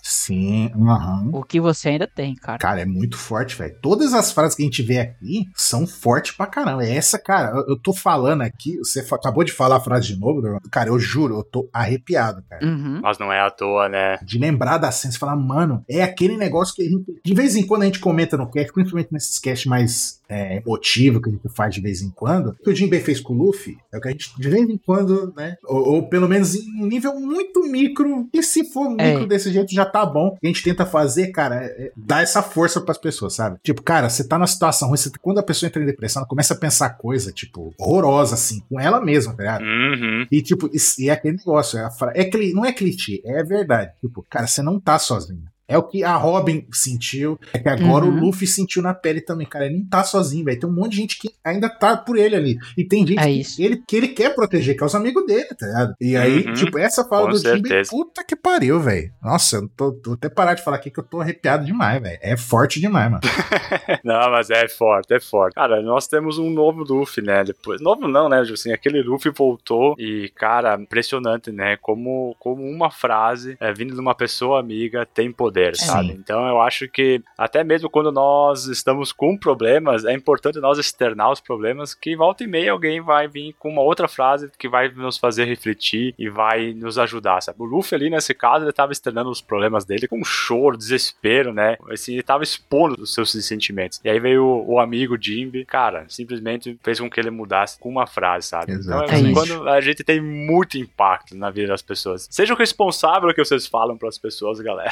o que você ainda tem, cara. Cara, é muito forte, velho. Todas as frases que a gente vê aqui são fortes pra caramba. Essa, cara, eu tô falando aqui, você acabou de falar a frase de novo, cara, eu juro, eu tô arrepiado, cara. Mas não é à toa, né? De lembrar da cena, você fala, mano, é aquele negócio que a gente, de vez em quando a gente comenta no cast, principalmente nesses casts mais emotivo que a gente faz de vez em quando, o que o Jinbei fez com o Luffy, é o que a gente de vez em quando, né, ou pelo menos em um nível muito micro, e se for micro desse jeito já tá bom, o que a gente tenta fazer, cara, dar essa força pras pessoas, sabe? Tipo, cara, você tá numa situação ruim, quando a pessoa entra em depressão, ela começa a pensar coisa, tipo, horrorosa, assim, com ela mesma, tá ligado? E tipo, e é aquele negócio, não é clichê, é verdade, tipo, cara, você não tá sozinho. É o que a Robin sentiu, é que agora o Luffy sentiu na pele também, cara. Ele não tá sozinho, velho. Tem um monte de gente que ainda tá por ele ali. E tem gente que ele quer proteger, que é os amigos dele, tá ligado? E aí, tipo, essa fala do Jinbei, puta que pariu, velho. Nossa, eu tô até parar de falar aqui que eu tô arrepiado demais, velho. É forte demais, mano. Não, mas é forte. Cara, nós temos um novo Luffy, né? Depois, novo não, né, assim, aquele Luffy voltou e, cara, impressionante, né? Como uma frase vindo de uma pessoa amiga tem poder. Sabe? Então eu acho que até mesmo quando nós estamos com problemas, é importante nós externar os problemas, que volta e meia alguém vai vir com uma outra frase que vai nos fazer refletir e vai nos ajudar, sabe? O Luffy ali, nesse caso, ele tava externando os problemas dele com choro, desespero, né? Assim, ele tava expondo os seus sentimentos. E aí veio o amigo Jinbei, cara, simplesmente fez com que ele mudasse com uma frase, sabe? Exatamente. Então, quando a gente tem muito impacto na vida das pessoas, seja o responsável pelo que vocês falam para as pessoas, galera.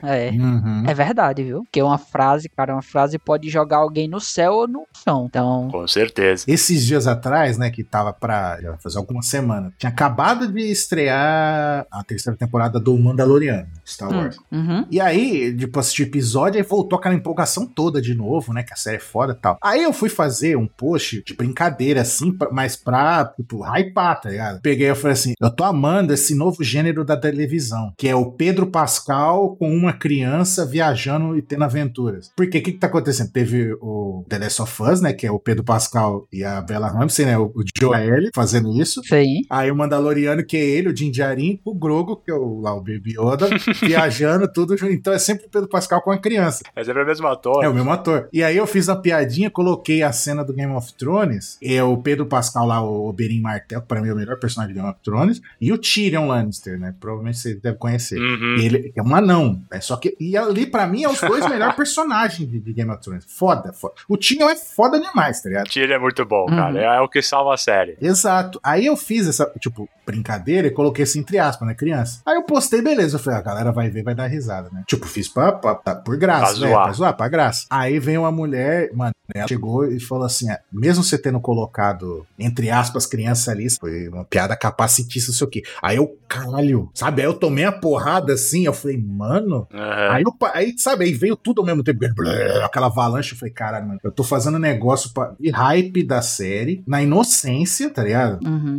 É verdade, viu? Porque uma frase pode jogar alguém no céu ou no chão. Então... Com certeza. Esses dias atrás, né, que tava já fazer algumas semanas, tinha acabado de estrear a terceira temporada do Mandaloriano, Star Wars. E aí, tipo, assisti o episódio e voltou aquela empolgação toda de novo, né, que a série é foda e tal. Aí eu fui fazer um post de brincadeira, assim, mas pra, tipo, hypar, tá ligado? Peguei e falei assim, eu tô amando esse novo gênero da televisão, que é o Pedro Pascal com uma criança viajando e tendo aventuras. Porque o que tá acontecendo? Teve o The Last of Us, né, que é o Pedro Pascal e a Bella Ramsey, né, o Joel fazendo isso. Sim. Aí o Mandaloriano, que é ele, o Din Djarin, o Grogu, que é o Baby Yoda, viajando, tudo junto. Então é sempre o Pedro Pascal com a criança. É sempre o mesmo ator. É o mesmo ator. E aí eu fiz uma piadinha, coloquei a cena do Game of Thrones, é o Pedro Pascal lá, o Oberyn Martell, que pra mim é o melhor personagem do Game of Thrones, e o Tyrion Lannister, né, provavelmente você deve conhecer. Ele é um anão, né, só que, e ali pra mim é os dois melhores personagens de Game of Thrones. Foda. O Tyrion é foda demais, tá ligado? O Tyrion é muito bom, cara. É o que salva a série. Exato. Aí eu fiz essa, tipo, brincadeira e coloquei assim entre aspas, né, criança. Aí eu postei, beleza. Eu falei, a galera vai ver, vai dar risada, né? Tipo, fiz por graça, né? Pra zoar, pra graça. Aí vem uma mulher, mano, Ela chegou e falou assim, mesmo você tendo colocado, entre aspas, criança ali, foi uma piada capacitista, não sei o quê. Aí eu, caralho, sabe? Aí eu tomei a porrada assim, eu falei, mano... Aí, sabe, aí veio tudo ao mesmo tempo, aquela avalanche, eu falei, caralho, mano, eu tô fazendo negócio de hype da série, na inocência, tá ligado?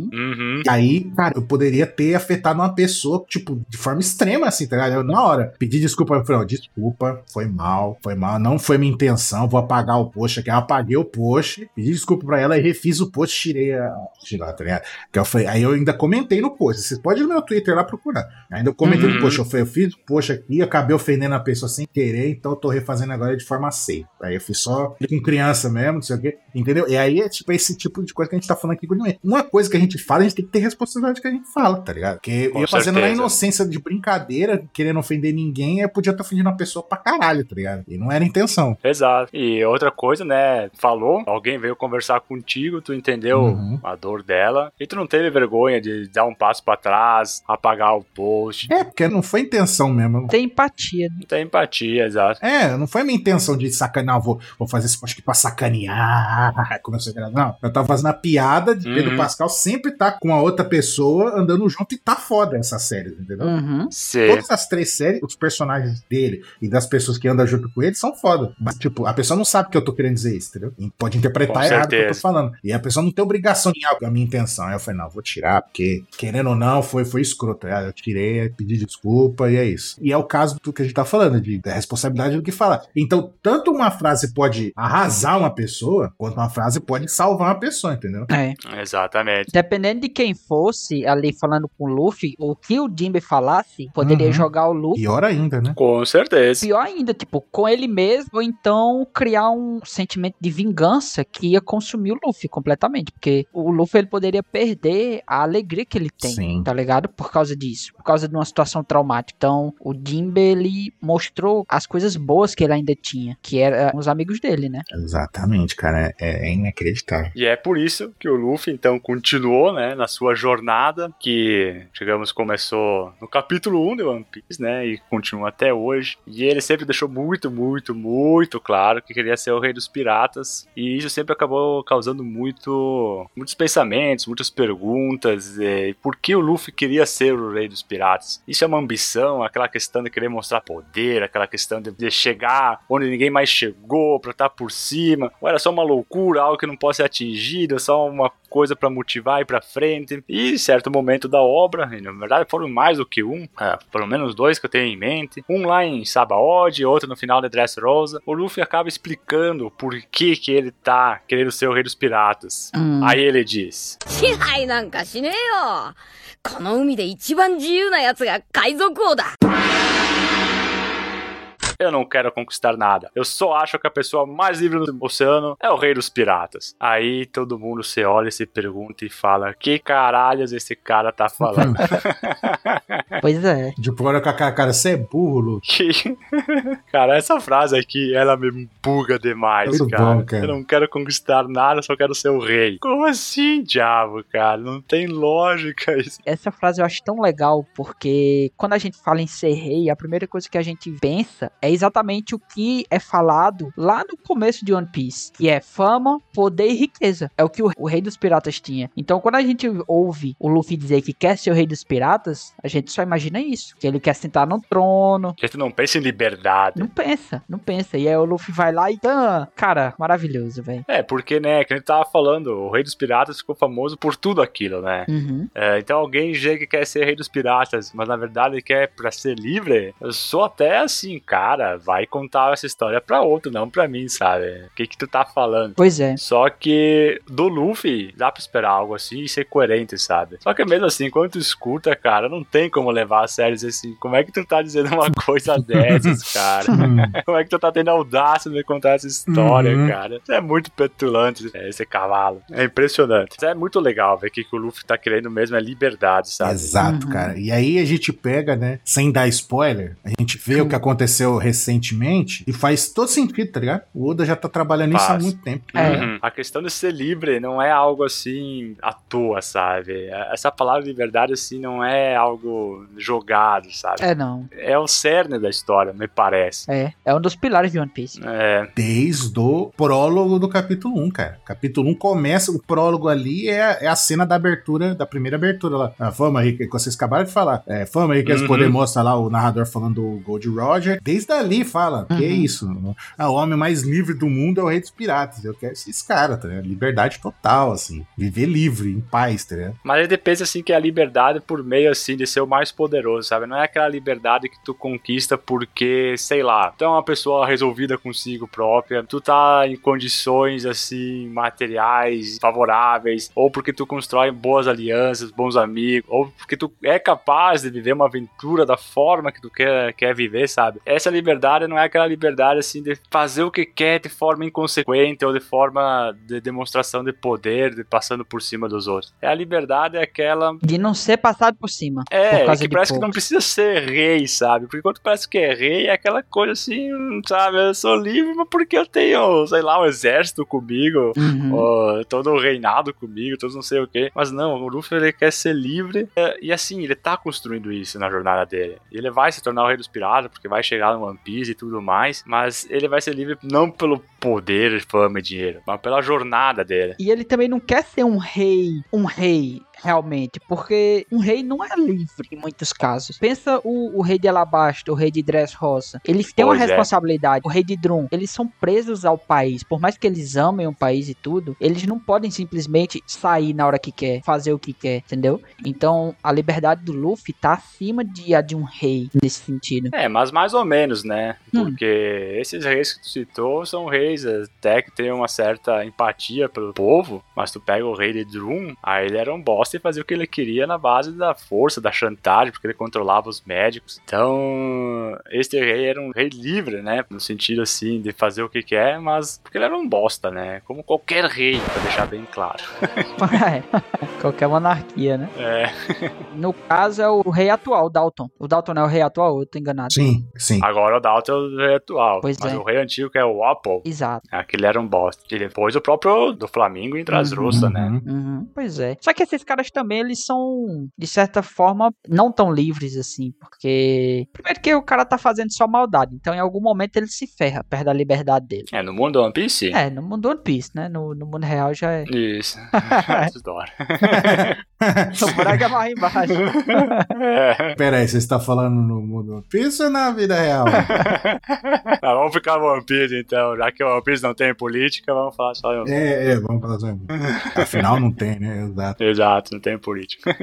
E aí, cara, eu poderia ter afetado uma pessoa, tipo, de forma extrema, assim, tá ligado? Eu, na hora, pedi desculpa, eu falei, desculpa, foi mal, não foi minha intenção, vou apagar o post aqui. Eu apaguei o post, pedi desculpa pra ela e refiz o post, tirei lá, tá ligado? Que eu falei, aí eu ainda comentei no post, vocês podem ir no meu Twitter lá procurar. Ainda eu comentei no post, eu fiz o post aqui, acabei ofendendo a pessoa sem querer, então eu tô refazendo agora de forma safe. Aí eu fiz só com criança mesmo, não sei o quê, entendeu? E aí é tipo esse tipo de coisa que a gente tá falando aqui. Uma coisa que a gente fala, a gente tem que ter responsabilidade que a gente fala, tá ligado? Porque eu ia fazendo na inocência de brincadeira, querendo ofender ninguém, eu podia estar ofendendo uma pessoa pra caralho, tá ligado? E não era a intenção. Exato. E outra coisa, né? Falou, alguém veio conversar contigo, tu entendeu a dor dela, e tu não teve vergonha de dar um passo pra trás, apagar o post. Porque não foi intenção mesmo. Tem empatia. Tem empatia, exato. Não foi minha intenção de sacanear, vou fazer esse post aqui pra sacanear. Começou a não, eu tava fazendo a piada de Pedro Pascal sempre tá com a outra pessoa andando junto e tá foda essa série, entendeu? Todas as 3 séries, os personagens dele e das pessoas que andam junto com ele são foda. Mas, tipo, a pessoa não sabe que eu tô querendo dizer isso, entendeu? E pode interpretar errado o que eu tô falando. E a pessoa não tem obrigação de a minha intenção. Aí eu falei, não, vou tirar, porque querendo ou não, foi escroto. Aí eu tirei, pedi desculpa e é isso. E é o caso do que a gente tá falando, da responsabilidade do que falar. Então, tanto uma frase pode arrasar uma pessoa, quanto uma frase pode salvar uma pessoa, entendeu? Exatamente. Dependendo de quem fosse ali falando com o Luffy, o que o Jinbe falasse, poderia jogar o Luffy. Pior ainda, né? Com certeza. Pior ainda, tipo, com ele mesmo, ou então criar um sentimento de vingança que ia consumir o Luffy completamente, porque o Luffy ele poderia perder a alegria que ele tem, tá ligado? Por causa disso, por causa de uma situação traumática. Então, o Jinbe, ele mostrou as coisas boas que ele ainda tinha, que eram os amigos dele, né? Exatamente, cara, é inacreditável. E é por isso que o Luffy, então, continuou, né, na sua jornada, que, digamos, começou no capítulo 1 de One Piece, né, e continua até hoje. E ele sempre deixou muito, muito, muito claro que queria ser o rei dos piratas, e isso sempre acabou causando muitos pensamentos, muitas perguntas, por que o Luffy queria ser o rei dos piratas? Isso é uma ambição, aquela questão de querer mostrar poder, aquela questão de chegar onde ninguém mais chegou, pra estar por cima, ou era só uma loucura, algo que não pode ser atingido, só uma coisa pra motivar e ir pra frente. E certo momento da obra, e na verdade foram mais do que um, pelo menos 2 que eu tenho em mente, um lá em Sabaody, outro no final de Dressrosa, o Luffy acaba explicando por que ele tá querendo ser o rei dos piratas. Aí ele diz: eu não quero conquistar nada. Eu só acho que a pessoa mais livre do oceano é o rei dos piratas. Aí todo mundo se olha, se pergunta e fala: que caralhos esse cara tá falando? Pois é. Tipo, olha com a cara, você é burro, Luffy. Cara, essa frase aqui, ela me buga demais, muito cara. Bom, cara. Eu não quero conquistar nada, só quero ser o rei. Como assim, diabo, cara? Não tem lógica isso. Essa frase eu acho tão legal, porque quando a gente fala em ser rei, a primeira coisa que a gente pensa é exatamente o que é falado lá no começo de One Piece, que é fama, poder e riqueza. É o que o rei dos piratas tinha. Então, quando a gente ouve o Luffy dizer que quer ser o rei dos piratas, a gente só imagina isso, que ele quer sentar no trono. A gente não pensa em liberdade. Não pensa. E aí o Luffy vai lá e cara, maravilhoso, velho. Porque, né, que a gente tava falando, o rei dos piratas ficou famoso por tudo aquilo, né? Então alguém chega que quer ser rei dos piratas, mas na verdade ele quer pra ser livre. Eu sou até assim, cara, vai contar essa história pra outro, não pra mim, sabe? O que tu tá falando? Pois é. Só que do Luffy dá pra esperar algo assim e ser coerente, sabe? Só que mesmo assim, quando tu escuta, cara, não tem como levar a sério assim. Como é que tu tá dizendo uma coisa dessas, cara? Como é que tu tá tendo a audácia de contar essa história, cara? Isso é muito petulante, esse cavalo. É impressionante. Isso é muito legal ver que o Luffy tá querendo mesmo é liberdade, sabe? Exato, cara. E aí a gente pega, né, sem dar spoiler, a gente vê o que aconteceu recentemente e faz todo sentido, tá ligado? O Oda já tá trabalhando nisso há muito tempo. A questão de ser livre não é algo assim à toa, sabe? Essa palavra liberdade assim não é algo jogado, sabe? Não. É o cerne da história, me parece. É um dos pilares de One Piece. Desde o prólogo do capítulo 1, cara. Capítulo 1 começa, o prólogo ali é a cena da abertura, da primeira abertura lá. A fama aí que vocês acabaram de falar. Fama aí que eles podem mostrar lá o narrador falando do Gold Roger. Desde ali fala, que é isso? O homem mais livre do mundo é o rei dos piratas. Eu quero esses caras, tá ligado? Liberdade total, assim. Viver livre, em paz, tá ligado? Mas ele pensa assim que é a liberdade por meio assim de ser o mais poderoso, sabe? Não é aquela liberdade que tu conquista porque, sei lá, tu é uma pessoa resolvida consigo própria, tu tá em condições assim materiais favoráveis, ou porque tu constrói boas alianças, bons amigos, ou porque tu é capaz de viver uma aventura da forma que tu quer viver, sabe? Essa liberdade não é aquela liberdade assim de fazer o que quer de forma inconsequente ou de forma de demonstração de poder, de passando por cima dos outros. A liberdade é aquela de não ser passado por cima. Que parece que não precisa ser rei, sabe? Porque quando parece que é rei, é aquela coisa assim, sabe? Eu sou livre, mas porque eu tenho, sei lá, um exército comigo, ou todo o reinado comigo, todo não sei o quê. Mas não, o Luffy, ele quer ser livre, e assim, ele tá construindo isso na jornada dele. Ele vai se tornar o rei dos piratas, porque vai chegar no One Piece e tudo mais, mas ele vai ser livre não pelo poder, fama e dinheiro, mas pela jornada dele. E ele também não quer ser um rei realmente, porque um rei não é livre em muitos casos. Pensa o rei de Alabasta, o rei de Dressrosa. Eles têm uma responsabilidade. O rei de Drum, eles são presos ao país. Por mais que eles amem o país e tudo, eles não podem simplesmente sair na hora que quer, fazer o que quer, entendeu? Então, a liberdade do Luffy tá acima de a de um rei nesse sentido. Mas mais ou menos, né? Porque esses reis que tu citou são reis até que tem uma certa empatia pelo povo, mas tu pega o rei de Drum, aí ele era um bosta e fazia o que ele queria na base da força, da chantagem, porque ele controlava os médicos. Então, este rei era um rei livre, né? No sentido, assim, de fazer o que quer, mas porque ele era um bosta, né? Como qualquer rei, pra deixar bem claro. Qualquer monarquia, né? No caso, é o rei atual, o Dalton. O Dalton não é o rei atual, eu tô enganado. Sim. Agora o Dalton é o rei atual. Mas o rei antigo, que é o Apple. Exato. Aquele era um bosta. E depois o próprio do Flamengo em Dressrosa, né? Pois é. Só que esses caras também, eles são, de certa forma, não tão livres assim, porque primeiro que o cara tá fazendo só maldade, então em algum momento ele se ferra, perde a liberdade dele. No mundo One Piece? No mundo One Piece, né? No mundo real já é... Isso. Adoro. O buraco é mais embaixo. Pera aí, você está falando no mundo One Piece ou na vida real? Vamos ficar no One Piece, então. Já que o One Piece não tem política, vamos falar só em One Piece. Vamos falar só em One Piece. Afinal, não tem, né? Exato, não tem política.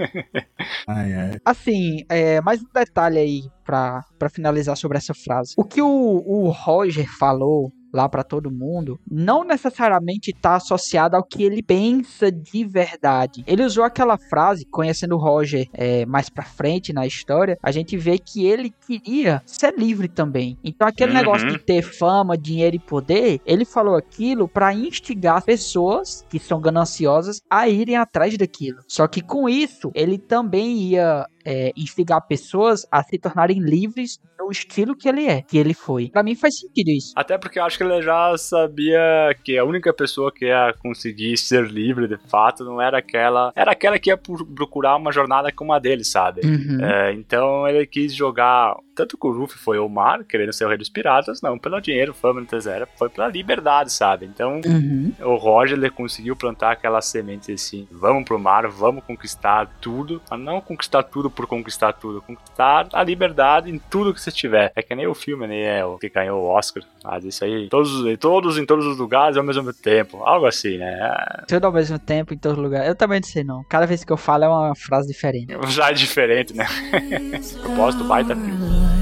Assim, mais um detalhe aí pra finalizar sobre essa frase. O que o Roger falou lá pra todo mundo, não necessariamente tá associado ao que ele pensa de verdade. Ele usou aquela frase, conhecendo o Roger mais pra frente na história, a gente vê que ele queria ser livre também. Então aquele negócio de ter fama, dinheiro e poder, ele falou aquilo pra instigar pessoas que são gananciosas a irem atrás daquilo. Só que com isso, ele também ia instigar pessoas a se tornarem livres no estilo que ele foi. Pra mim faz sentido isso. Até porque eu acho que ele já sabia que a única pessoa que ia conseguir ser livre de fato não era aquela, era aquela que ia procurar uma jornada como a dele, sabe? Então ele quis jogar, tanto que o Luffy foi ao mar, querendo ser o rei dos piratas, não pelo dinheiro, fama, etc, foi pela liberdade, sabe? Então o Roger, ele conseguiu plantar aquela semente assim, vamos pro mar, vamos conquistar tudo, mas não conquistar tudo por conquistar tudo, conquistar a liberdade em tudo que você tiver. É que nem o filme, né? O que ganhou o Oscar. Mas isso aí, em todos os lugares ao mesmo tempo. Algo assim, né? Tudo ao mesmo tempo, em todos os lugares. Eu também não sei, não. Cada vez que eu falo é uma frase diferente. Já é diferente, né? Propósito baita filme.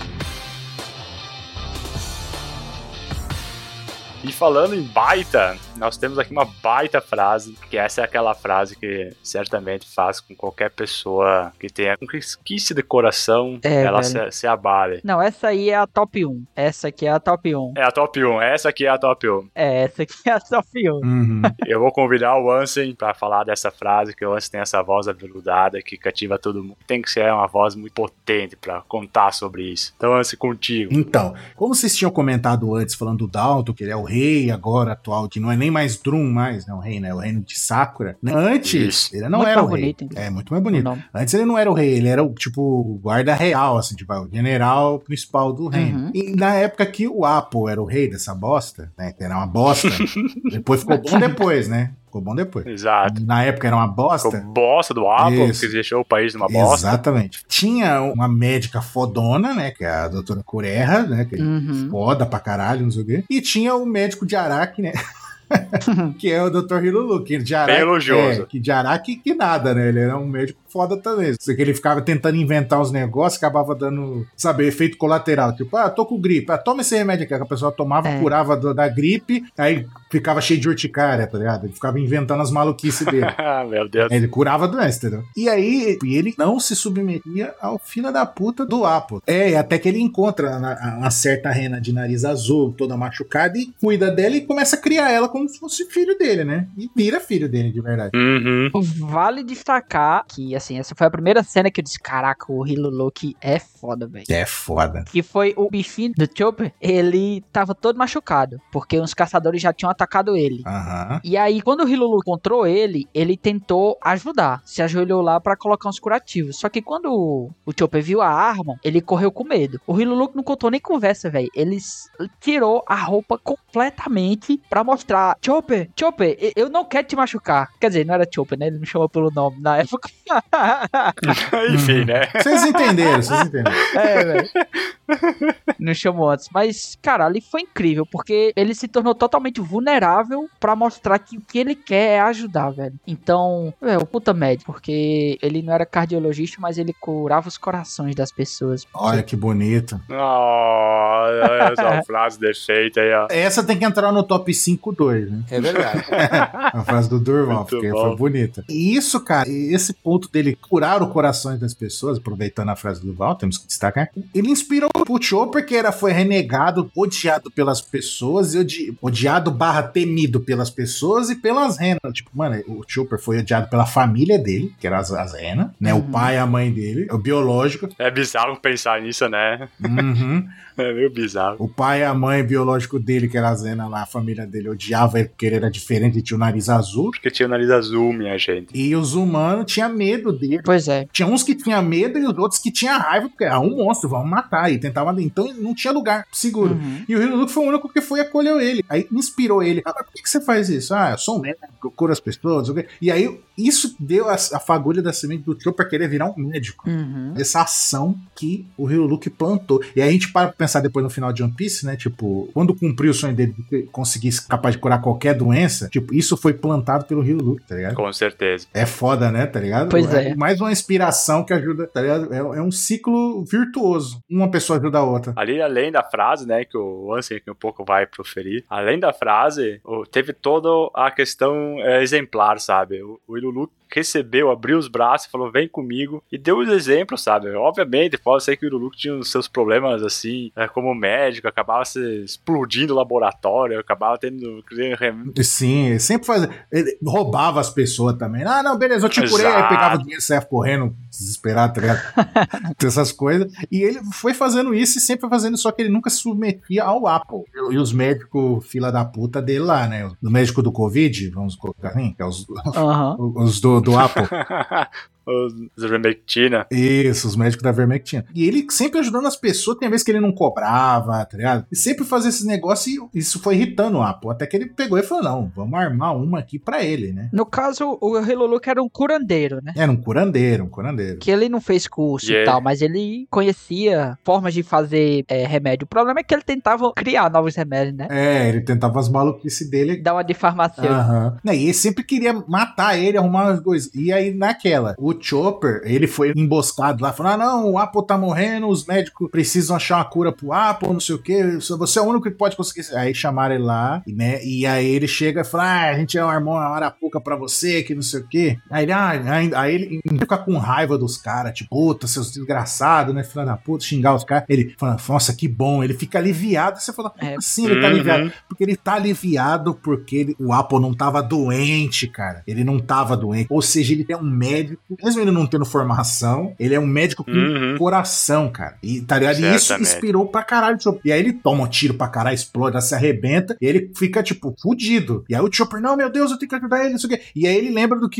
E falando em baita, nós temos aqui uma baita frase, que essa é aquela frase que certamente faz com qualquer pessoa que tenha um resquício de coração, ela se abale. Não, essa aí é a top 1. Essa aqui é a top 1. É a top 1, essa aqui é a top 1. Essa aqui é a top 1. Uhum. Eu vou convidar o Ansem pra falar dessa frase, que o Ansem tem essa voz aveludada que cativa todo mundo. Tem que ser uma voz muito potente pra contar sobre isso. Então, Ansem, contigo. Então, como vocês tinham comentado antes, falando do Dalton, que ele é o rei agora atual, que não é nem mais Drum mais, né? O rei, né? O reino de Sakura. Antes, ele não muito era o mais rei. bonito, É, muito mais bonito. Antes ele não era o rei, ele era o, tipo, o guarda real, assim, tipo, o general principal do reino. E na época que o Apple era o rei dessa bosta, né? Que era uma bosta, depois ficou bom depois, né? Ficou bom depois. Exato. Na época era uma bosta. Ficou bosta do Apple, Isso. que deixou o país numa bosta. Exatamente. Tinha uma médica fodona, né? Que é a doutora Kureha, né? Que é foda pra caralho, não sei o quê. E tinha o médico de Araki, né? Que é o Dr. Hirulu, que de Araki, bem elogioso. Que de Araki que nada, né? Ele era um médico foda também. Só que ele ficava tentando inventar uns negócios, acabava dando, sabe, efeito colateral. Tipo, tô com gripe. Toma esse remédio aqui. A pessoa tomava, curava da gripe, aí ficava cheio de urticária, tá ligado? Ele ficava inventando as maluquices dele. Meu Deus. Ele curava a doença, entendeu? E aí, ele não se submetia ao filho da puta do Apple. Até que ele encontra uma certa rena de nariz azul, toda machucada, e cuida dela e começa a criar ela como se fosse filho dele, né? E vira filho dele, de verdade. Vale destacar que, assim, essa foi a primeira cena que eu disse, caraca, o Hiruluki é foda, velho. É foda. Que foi o bichinho do Chopper, ele tava todo machucado, porque uns caçadores já tinham atacado ele. E aí, quando o Hiruluki encontrou ele, ele tentou ajudar, se ajoelhou lá pra colocar uns curativos. Só que quando o Chopper viu a arma, ele correu com medo. O Hiruluki não contou nem conversa, velho. Ele tirou a roupa completamente pra mostrar, Chopper, eu não quero te machucar. Quer dizer, não era Chopper, né? Ele me chamou pelo nome na época. Enfim, né? Vocês entenderam. Velho. Não chamou antes. Mas, cara, ali foi incrível, porque ele se tornou totalmente vulnerável pra mostrar que o que ele quer é ajudar, velho. Então, o puta médico, porque ele não era cardiologista, mas ele curava os corações das pessoas. Olha que bonito. Essa frase defeita aí, ó. Essa tem que entrar no top 5-2, né? É verdade. A frase do Durval, Muito porque bom. foi bonita. E isso, cara, esse ponto dele curar o coração das pessoas, aproveitando a frase do Durval, temos que destacar, ele inspirou o Chopper, que foi renegado, odiado pelas pessoas, odiado / temido pelas pessoas e pelas renas. Tipo, mano, o Chopper foi odiado pela família dele, que eram as renas, né? O pai e a mãe dele, o biológico. É bizarro pensar nisso, né? É meio bizarro. O pai e a mãe biológico dele, que era a Zena lá, a família dele odiava ele porque ele era diferente e tinha o nariz azul. Porque tinha o nariz azul, minha gente. E os humanos tinham medo dele. Pois é. Tinha uns que tinham medo e os outros que tinham raiva, porque era um monstro, vamos matar. E tentava, então não tinha lugar seguro. E o Hiruluki foi o único que foi e acolheu ele. Aí inspirou ele. Mas por que você faz isso? Eu sou um médico, eu curo as pessoas. E aí isso deu a fagulha da semente do Chopper querer virar um médico. Essa ação que o Hiruluki plantou. E aí a gente para pensar depois no final de One Piece, né? Tipo, quando cumpriu o sonho dele de conseguir ser capaz de curar qualquer doença, tipo, isso foi plantado pelo Hiruluki, tá ligado? Com certeza. É foda, né? Tá ligado? Pois é. Mais uma inspiração que ajuda, tá ligado? É um ciclo virtuoso. Uma pessoa ajuda a outra. Ali, além da frase, né, que o Ansem aqui um pouco vai proferir, além da frase, teve toda a questão exemplar, sabe? O Hiruluki recebeu, abriu os braços e falou, vem comigo, e deu os exemplos, sabe? Obviamente, pode ser que o Hiruluki tinha os seus problemas, assim, como médico, acabava se explodindo o laboratório, acabava tendo... Sim, sempre fazia. Ele roubava as pessoas também. Não, beleza, eu te curei. Aí pegava o dinheiro e saia correndo, desesperado, tá ligado? Essas coisas. E ele foi fazendo isso e sempre fazendo, só que ele nunca se submetia ao Apple. E os médicos, fila da puta dele lá, né? O médico do Covid, vamos colocar assim, que é os do Apple. Os Vermectina. Isso, os médicos da Vermectina. E ele sempre ajudando as pessoas, tem vezes que ele não cobrava, tá ligado? E sempre fazia esses negócios e isso foi irritando o Apple. Até que ele pegou e falou, não, vamos armar uma aqui pra ele, né? No caso, o Hiruluki era um curandeiro, né? Era um curandeiro. Que ele não fez curso e tal, mas ele conhecia formas de fazer remédio. O problema é que ele tentava criar novos remédios, né? Ele tentava as maluquices dele. Dar uma de farmacêutico. E ele sempre queria matar ele, arrumar as coisas. E aí, naquela, o o Chopper, ele foi emboscado lá, falando, não, o Apple tá morrendo, os médicos precisam achar uma cura pro Apple, não sei o que, você é o único que pode conseguir. Aí chamaram ele lá, né, e aí ele chega e fala, a gente armou uma arapuca pra você, que não sei o que. Aí ele fica com raiva dos caras, tipo, puta, seus desgraçados, né, filha da puta, xingar os caras. Ele fala, nossa, que bom, ele fica aliviado. Você fala, assim ele tá aliviado? Porque ele tá aliviado porque o Apple não tava doente, cara. Ele não tava doente. Ou seja, ele é um médico, mesmo ele não tendo formação, ele é um médico com coração, cara. E, tá ligado? E isso inspirou pra caralho o Chopper. E aí ele toma um tiro pra caralho, explode, se arrebenta, e ele fica, tipo, fudido. E aí o Chopper, não, meu Deus, eu tenho que ajudar ele, não sei o quê. E aí ele lembra do que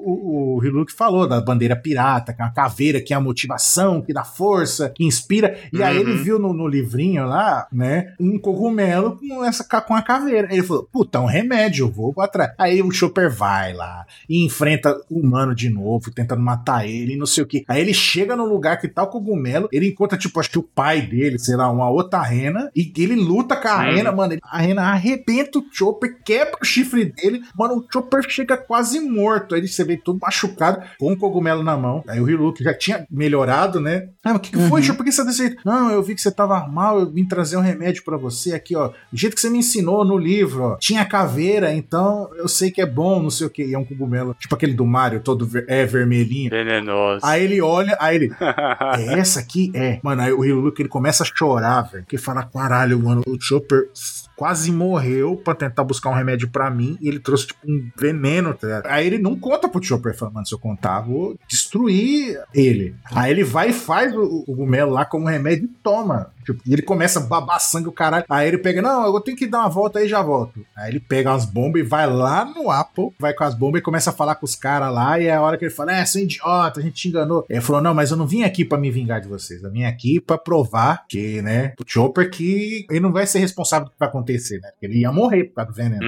o Hiluk falou, da bandeira pirata, que é uma caveira, que é a motivação, que dá força, que inspira. E aí ele viu no livrinho lá, né, um cogumelo com a caveira. Aí ele falou, puta, é um remédio, eu vou atrás. Aí o Chopper vai lá e enfrenta o humano de novo, tentando matar ele, não sei o que. Aí ele chega no lugar que tá o cogumelo, ele encontra, tipo, acho que o pai dele, sei lá, uma outra rena, e ele luta com a rena, mano, a rena arrebenta o Chopper, quebra o chifre dele, mano, o Chopper chega quase morto, aí você vê todo machucado, com o cogumelo na mão. Aí o Hiluk já tinha melhorado, né? Mas o que foi, Chopper? Por que você tá desse jeito? Não, eu vi que você tava mal, eu vim trazer um remédio pra você aqui, ó, do jeito que você me ensinou no livro, ó, tinha caveira, então eu sei que é bom, não sei o que, e é um cogumelo, tipo aquele do Mario, todo vermelhinho. Venenoso. Aí ele olha, aí ele, é essa aqui? É. Mano, aí o Hiluk, ele começa a chorar, velho, porque fala, caralho, mano, o Chopper quase morreu pra tentar buscar um remédio pra mim, e ele trouxe, tipo, um veneno, tá ligado? Aí ele não conta pro Chopper, fala, mano, se eu contar, vou destruir ele. Aí ele vai e faz o cogumelo lá como remédio e toma. Tipo, e ele começa a babar sangue o caralho. Aí ele pega, não, eu tenho que dar uma volta aí já volto. Aí ele pega umas bombas e vai lá no Apple, vai com as bombas e começa a falar com os caras lá, e é a hora que ele fala, seu idiota, a gente te enganou. Ele falou, não, mas eu não vim aqui pra me vingar de vocês, eu vim aqui pra provar que, né, o Chopper, que ele não vai ser responsável do que vai acontecer, né, porque ele ia morrer por causa do veneno.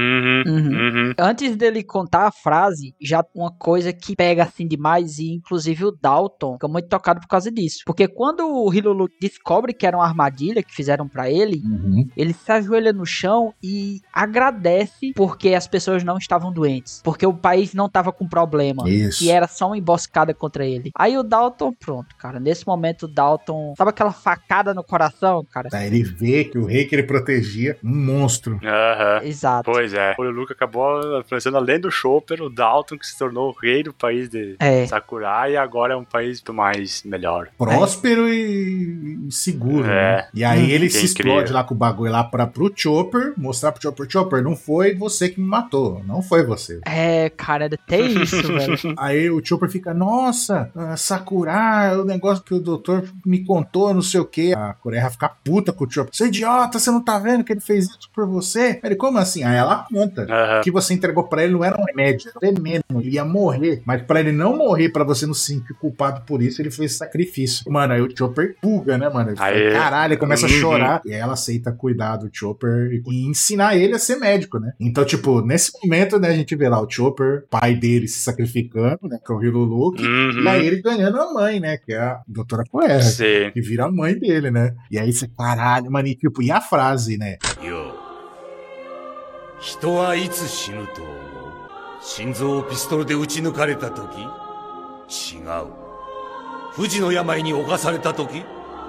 Antes dele contar a frase, já uma coisa que pega assim demais, e inclusive o Dalton fica muito tocado por causa disso, porque quando o Hiluluk descobre que era uma armadilha que fizeram pra ele, ele se ajoelha no chão e agradece porque as pessoas não estavam doentes, porque o país não tava com problema, Isso. e era só uma emboscada contra ele. Aí o Dalton, pronto, cara, nesse momento o Dalton, sabe aquela facada no coração, cara? Aí ele vê que o rei que ele protegia, um monstro. Exato. Pois é. O Hiluk acabou influenciando, além do Chopper, o Dalton, que se tornou o rei do país de Sakurai, e agora é um país muito mais melhor. Próspero e seguro, né? E aí ele se explode lá com o bagulho lá pro Chopper, mostrar pro Chopper, não foi você que me matou, não foi você. Cara, até isso, velho. Aí o Chopper fica, nossa, Sakurai, o negócio que o doutor me contou, não sei o que. A Kureha fica puta com o Chopper. Você é idiota, você não tá vendo que ele fez isso por você? Ele, como assim? Aí ela conta que você entregou pra ele não era um remédio, era um veneno, ele ia morrer. Mas pra ele não morrer, pra você não se sentir culpado por isso, ele fez sacrifício. Mano, aí o Chopper buga, né, mano? Ele fala, caralho, ele começa a chorar. E ela aceita cuidar do Chopper e ensinar ele a ser médico, né? Então, tipo, nesse momento, né, a gente vê lá o Chopper, pai dele se sacrificando, né, que é o Hiluluk, e aí ele ganhando a mãe, né, que é a doutora Kureha, que vira a mãe dele, né? E aí você, caralho, mano, e tipo, e a frase, né? Yo. 人はいつ死ぬと思う? 心臓をピストルで撃ち抜かれた時? 違う。不治の病に侵された時? 違う。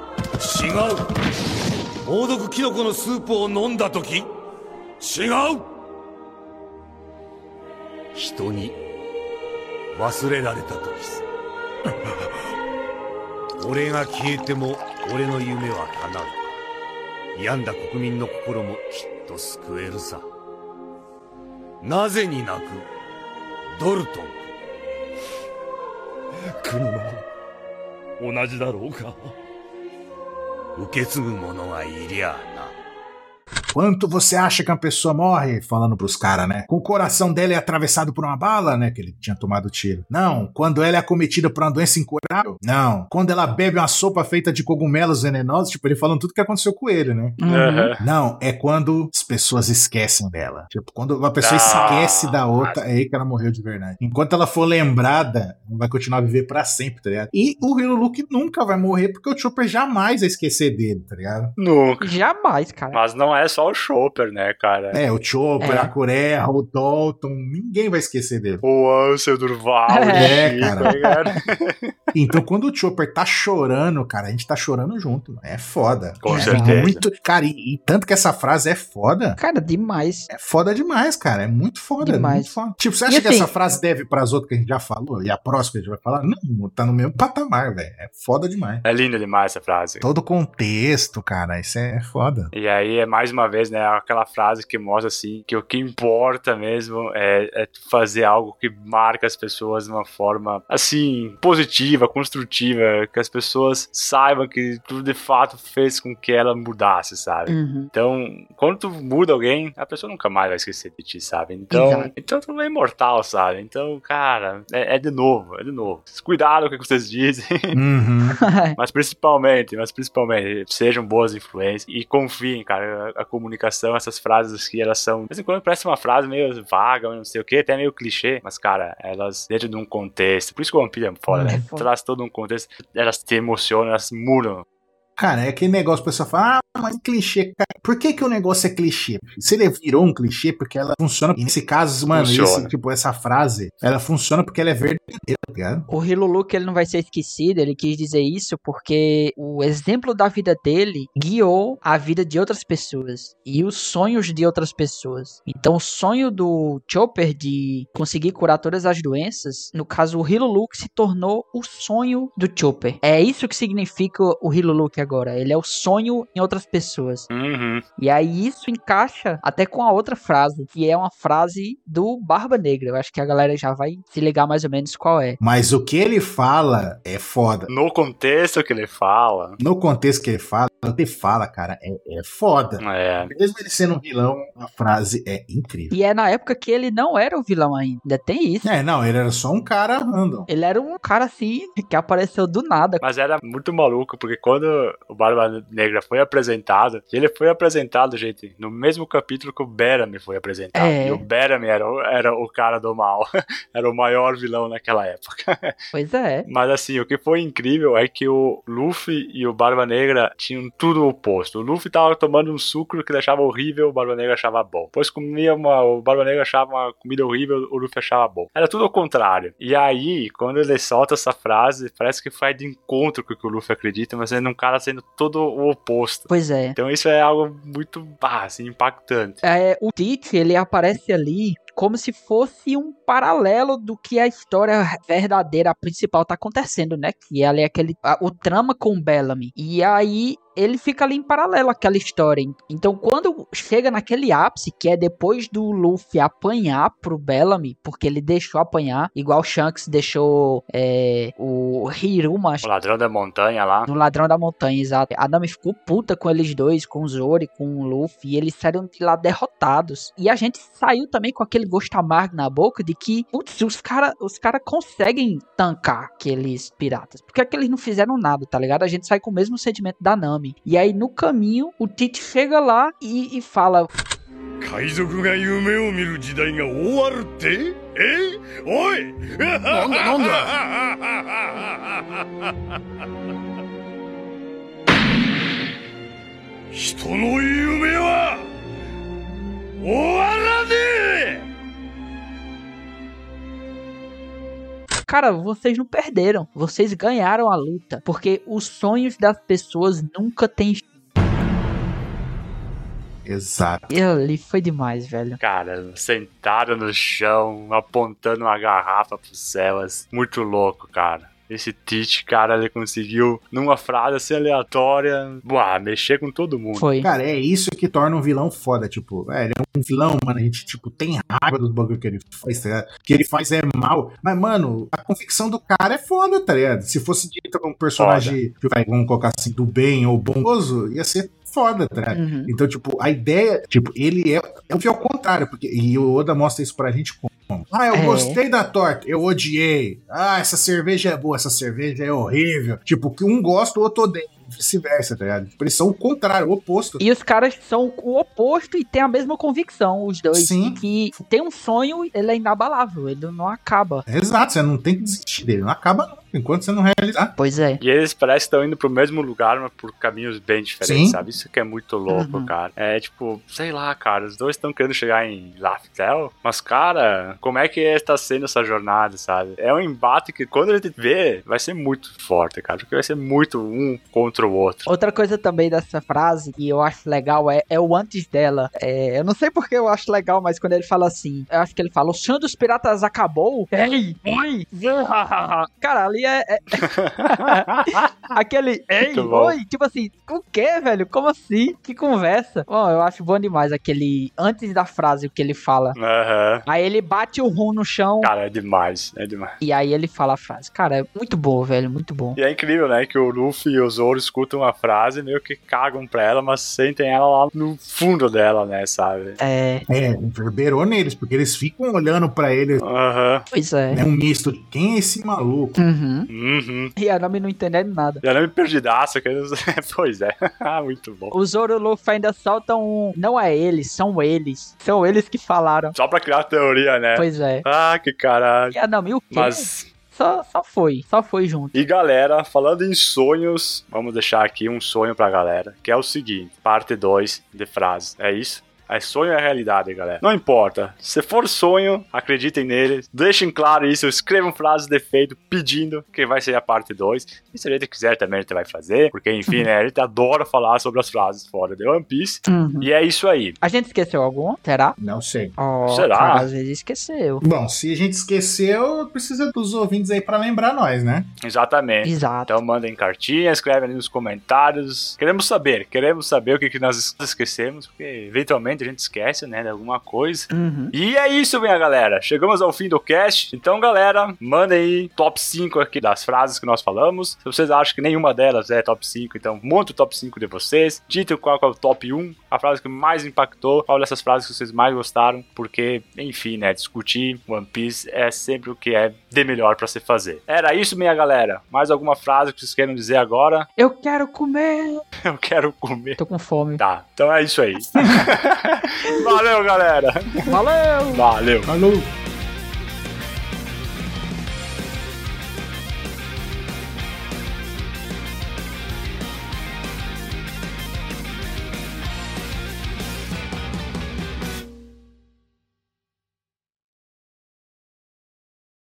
猛毒キノコのスープを飲んだ時? 違う。人に忘れられた時さ。俺が消えても俺の夢は叶う。病んだ国民の心もきっと救えるさ。なぜに泣くドルトン君も同じだろうか。受け継ぐ者がいりゃあな。 Quanto você acha que uma pessoa morre? Falando pros caras, né? Com o coração dela é atravessado por uma bala, né? Que ele tinha tomado tiro. Não. Quando ela é acometida por uma doença incurável? Não. Quando ela bebe uma sopa feita de cogumelos venenosos? Tipo, ele falando tudo que aconteceu com ele, né? Não. É quando as pessoas esquecem dela. Tipo, quando uma pessoa esquece da outra, é aí que ela morreu de verdade. Enquanto ela for lembrada, ela vai continuar a viver pra sempre, tá ligado? E o Hiluluk nunca vai morrer porque o Chopper jamais vai esquecer dele, tá ligado? Nunca. Jamais, cara. Mas não é só só o Chopper, né, cara? O Chopper, a Coreia, o Dalton, ninguém vai esquecer dele. O Ansel, Durval, cara. Então, quando o Chopper tá chorando, cara, a gente tá chorando junto. É foda. Com certeza. Muito, cara, e tanto que essa frase é foda. Cara, demais. É foda demais, cara. É muito foda. Demais. É muito foda. Tipo, você acha que essa frase deve pras outras que a gente já falou? E a próxima que a gente vai falar? Não, tá no mesmo patamar, velho. É foda demais. É linda demais essa frase. Todo o contexto, cara, isso é foda. E aí é mais uma vez, né, aquela frase que mostra assim, que o que importa mesmo é fazer algo que marca as pessoas de uma forma, assim, positiva, construtiva, que as pessoas saibam que tu de fato fez com que ela mudasse, sabe? Então, quando tu muda alguém, a pessoa nunca mais vai esquecer de ti, sabe? Então tu é imortal, sabe? Então, cara, é de novo. Cuidado com o que vocês dizem. Mas principalmente, sejam boas influências e confiem, cara, a comunicação, essas frases aqui, elas são, de vez em quando parece uma frase meio vaga, não sei o que, até meio clichê, mas, cara, elas dentro de um contexto, por isso que o One Piece é foda, né? Traz todo um contexto, elas te emocionam, elas mudam. Cara, é aquele negócio, o pessoal fala, mas clichê, cara. Por que o negócio é clichê? Se ele virou um clichê, porque ela funciona. E nesse caso, mano, essa frase, ela funciona porque ela é verdadeira, tá ligado? O Hiluluk, ele não vai ser esquecido, ele quis dizer isso porque o exemplo da vida dele guiou a vida de outras pessoas e os sonhos de outras pessoas. Então, o sonho do Chopper de conseguir curar todas as doenças, no caso, o Hiluluk se tornou o sonho do Chopper. É isso que significa o Hiluluk agora. Ele é o sonho em outras pessoas. E aí isso encaixa até com a outra frase, que é uma frase do Barba Negra. Eu acho que a galera já vai se ligar mais ou menos qual é. Mas o que ele fala é foda. No contexto que ele fala, o que ele fala, cara, é foda. Mesmo ele sendo um vilão, a frase é incrível. E é na época que ele não era o vilão ainda tem isso. Ele era só um cara random. Ele era um cara assim, que apareceu do nada. Mas era muito maluco, porque quando o Barba Negra foi apresentado, ele foi apresentado, gente, no mesmo capítulo que o Bellamy foi apresentado. E o Bellamy era o cara do mal. Era o maior vilão naquela época. Pois é. Mas assim, o que foi incrível é que o Luffy e o Barba Negra tinham tudo oposto. O Luffy tava tomando um sucro que deixava horrível, o Barba Negra achava bom. Depois o Barba Negra achava uma comida horrível, o Luffy achava bom. Era tudo ao contrário. E aí, quando ele solta essa frase, parece que faz de encontro com o que o Luffy acredita, mas ele é um cara sendo todo o oposto. Pois é. Então isso é algo muito, assim, impactante. O Tite, ele aparece ali como se fosse um paralelo do que a história verdadeira, a principal, tá acontecendo, né? Que ali é o trama com o Bellamy. E aí ele fica ali em paralelo àquela história. Então, quando chega naquele ápice, que é depois do Luffy apanhar pro Bellamy, porque ele deixou apanhar, igual o Shanks deixou o Hiruma, o ladrão da montanha lá. No ladrão da montanha, exato. A Nami ficou puta com eles dois, com o Zoro e com o Luffy, e eles saíram de lá derrotados. E a gente saiu também com aquele gosto amargo na boca de que, putz, os cara conseguem tancar aqueles piratas. Porque é que eles não fizeram nada, tá ligado? A gente sai com o mesmo sentimento da Nami. E aí no caminho o Tite chega lá e fala: Oi! Cara, vocês não perderam, vocês ganharam a luta, porque os sonhos das pessoas nunca têm. Exato. E ali foi demais, velho. Cara, sentado no chão, apontando uma garrafa pro céu, muito louco, cara. Esse Tite, cara, ele conseguiu, numa frase assim aleatória, mexer com todo mundo. Foi. Cara, é isso que torna um vilão foda, tipo, ele é um vilão, mano, a gente, tipo, tem raiva do bagulho que ele faz, tá ligado? O que ele faz é mal, mas, mano, a convicção do cara é foda, tá ligado? Se fosse dito como um personagem, vamos colocar assim, do bem ou bondoso, ia ser foda, tá ligado? Então, tipo, a ideia, tipo, ele é ao contrário, porque, e o Oda mostra isso pra gente como: eu gostei da torta, eu odiei. Essa cerveja é boa, essa cerveja é horrível. Tipo, que um gosta, o outro odeia. Vice-versa, tá ligado? Eles são o contrário, o oposto. E os caras são o oposto e têm a mesma convicção, os dois. Sim. Que tem um sonho, ele é inabalável, ele não acaba. Exato, você não tem que desistir dele, não acaba não. enquanto você não realizar. Pois é. E eles parecem que estão indo pro mesmo lugar, mas por caminhos bem diferentes, Sim. sabe? Isso que é muito louco, cara. É tipo, sei lá, cara, os dois estão querendo chegar em Laftel, mas, cara, como é que está sendo essa jornada, sabe? É um embate que quando a gente vê, vai ser muito forte, cara, porque vai ser muito um contra o outro. Outra coisa também dessa frase que eu acho legal é o antes dela. Eu não sei porque eu acho legal, mas quando ele fala assim, eu acho que ele fala, o sonho dos piratas acabou? Ei, oi! Cara, ali aquele, ei, oi! Tipo assim, o que, velho? Como assim? Que conversa? Bom, eu acho bom demais aquele, antes da frase, o que ele fala. Aí ele bate o rum no chão. Cara, é demais, é demais. E aí ele fala a frase. Cara, é muito bom, velho, muito bom. E é incrível, né, que o Luffy e o Zoro escutam a frase, meio que cagam pra ela, mas sentem ela lá no fundo dela, né, sabe? Reverberou neles, porque eles ficam olhando pra ele. Pois é. É um misto de quem é esse maluco? E a Nami não entendendo nada. E a Nami perdidaça, que pois é. Muito bom. O Zoro e o Luffy ainda soltam um... Não é eles, são eles. São eles que falaram. Só pra criar a teoria, né? Pois é. Ah, que caralho. E a Nami o quê? Mas... Só foi junto. E galera, falando em sonhos, vamos deixar aqui um sonho pra galera, que é o seguinte, parte 2 de frase, é isso? É sonho é realidade, galera. Não importa. Se for sonho, acreditem nele. Deixem claro isso. Escrevam frases de efeito pedindo que vai ser a parte 2. E se a gente quiser também, a gente vai fazer. Porque, enfim, né? A gente adora falar sobre as frases fora de One Piece. E é isso aí. A gente esqueceu algum? Será? Não sei. Será? Cara, às vezes esqueceu. Bom, se a gente esqueceu, precisa dos ouvintes aí pra lembrar nós, né? Exatamente. Exato. Então mandem cartinha, escrevem ali nos comentários. Queremos saber o que nós esquecemos. Porque, eventualmente, a gente esquece, né, de alguma coisa. E é isso, minha galera. Chegamos ao fim do cast. Então, galera, mandem aí top 5 aqui das frases que nós falamos. Se vocês acham que nenhuma delas é top 5, então monta o top 5 de vocês. Ditem qual é o top 1, a frase que mais impactou, qual dessas frases que vocês mais gostaram, porque, enfim, né, discutir One Piece é sempre o que é de melhor pra se fazer. Era isso, minha galera. Mais alguma frase que vocês queiram dizer agora? Eu quero comer. Eu quero comer. Tô com fome. Tá, então é isso aí. Valeu, galera. Valeu. Valeu. Falou!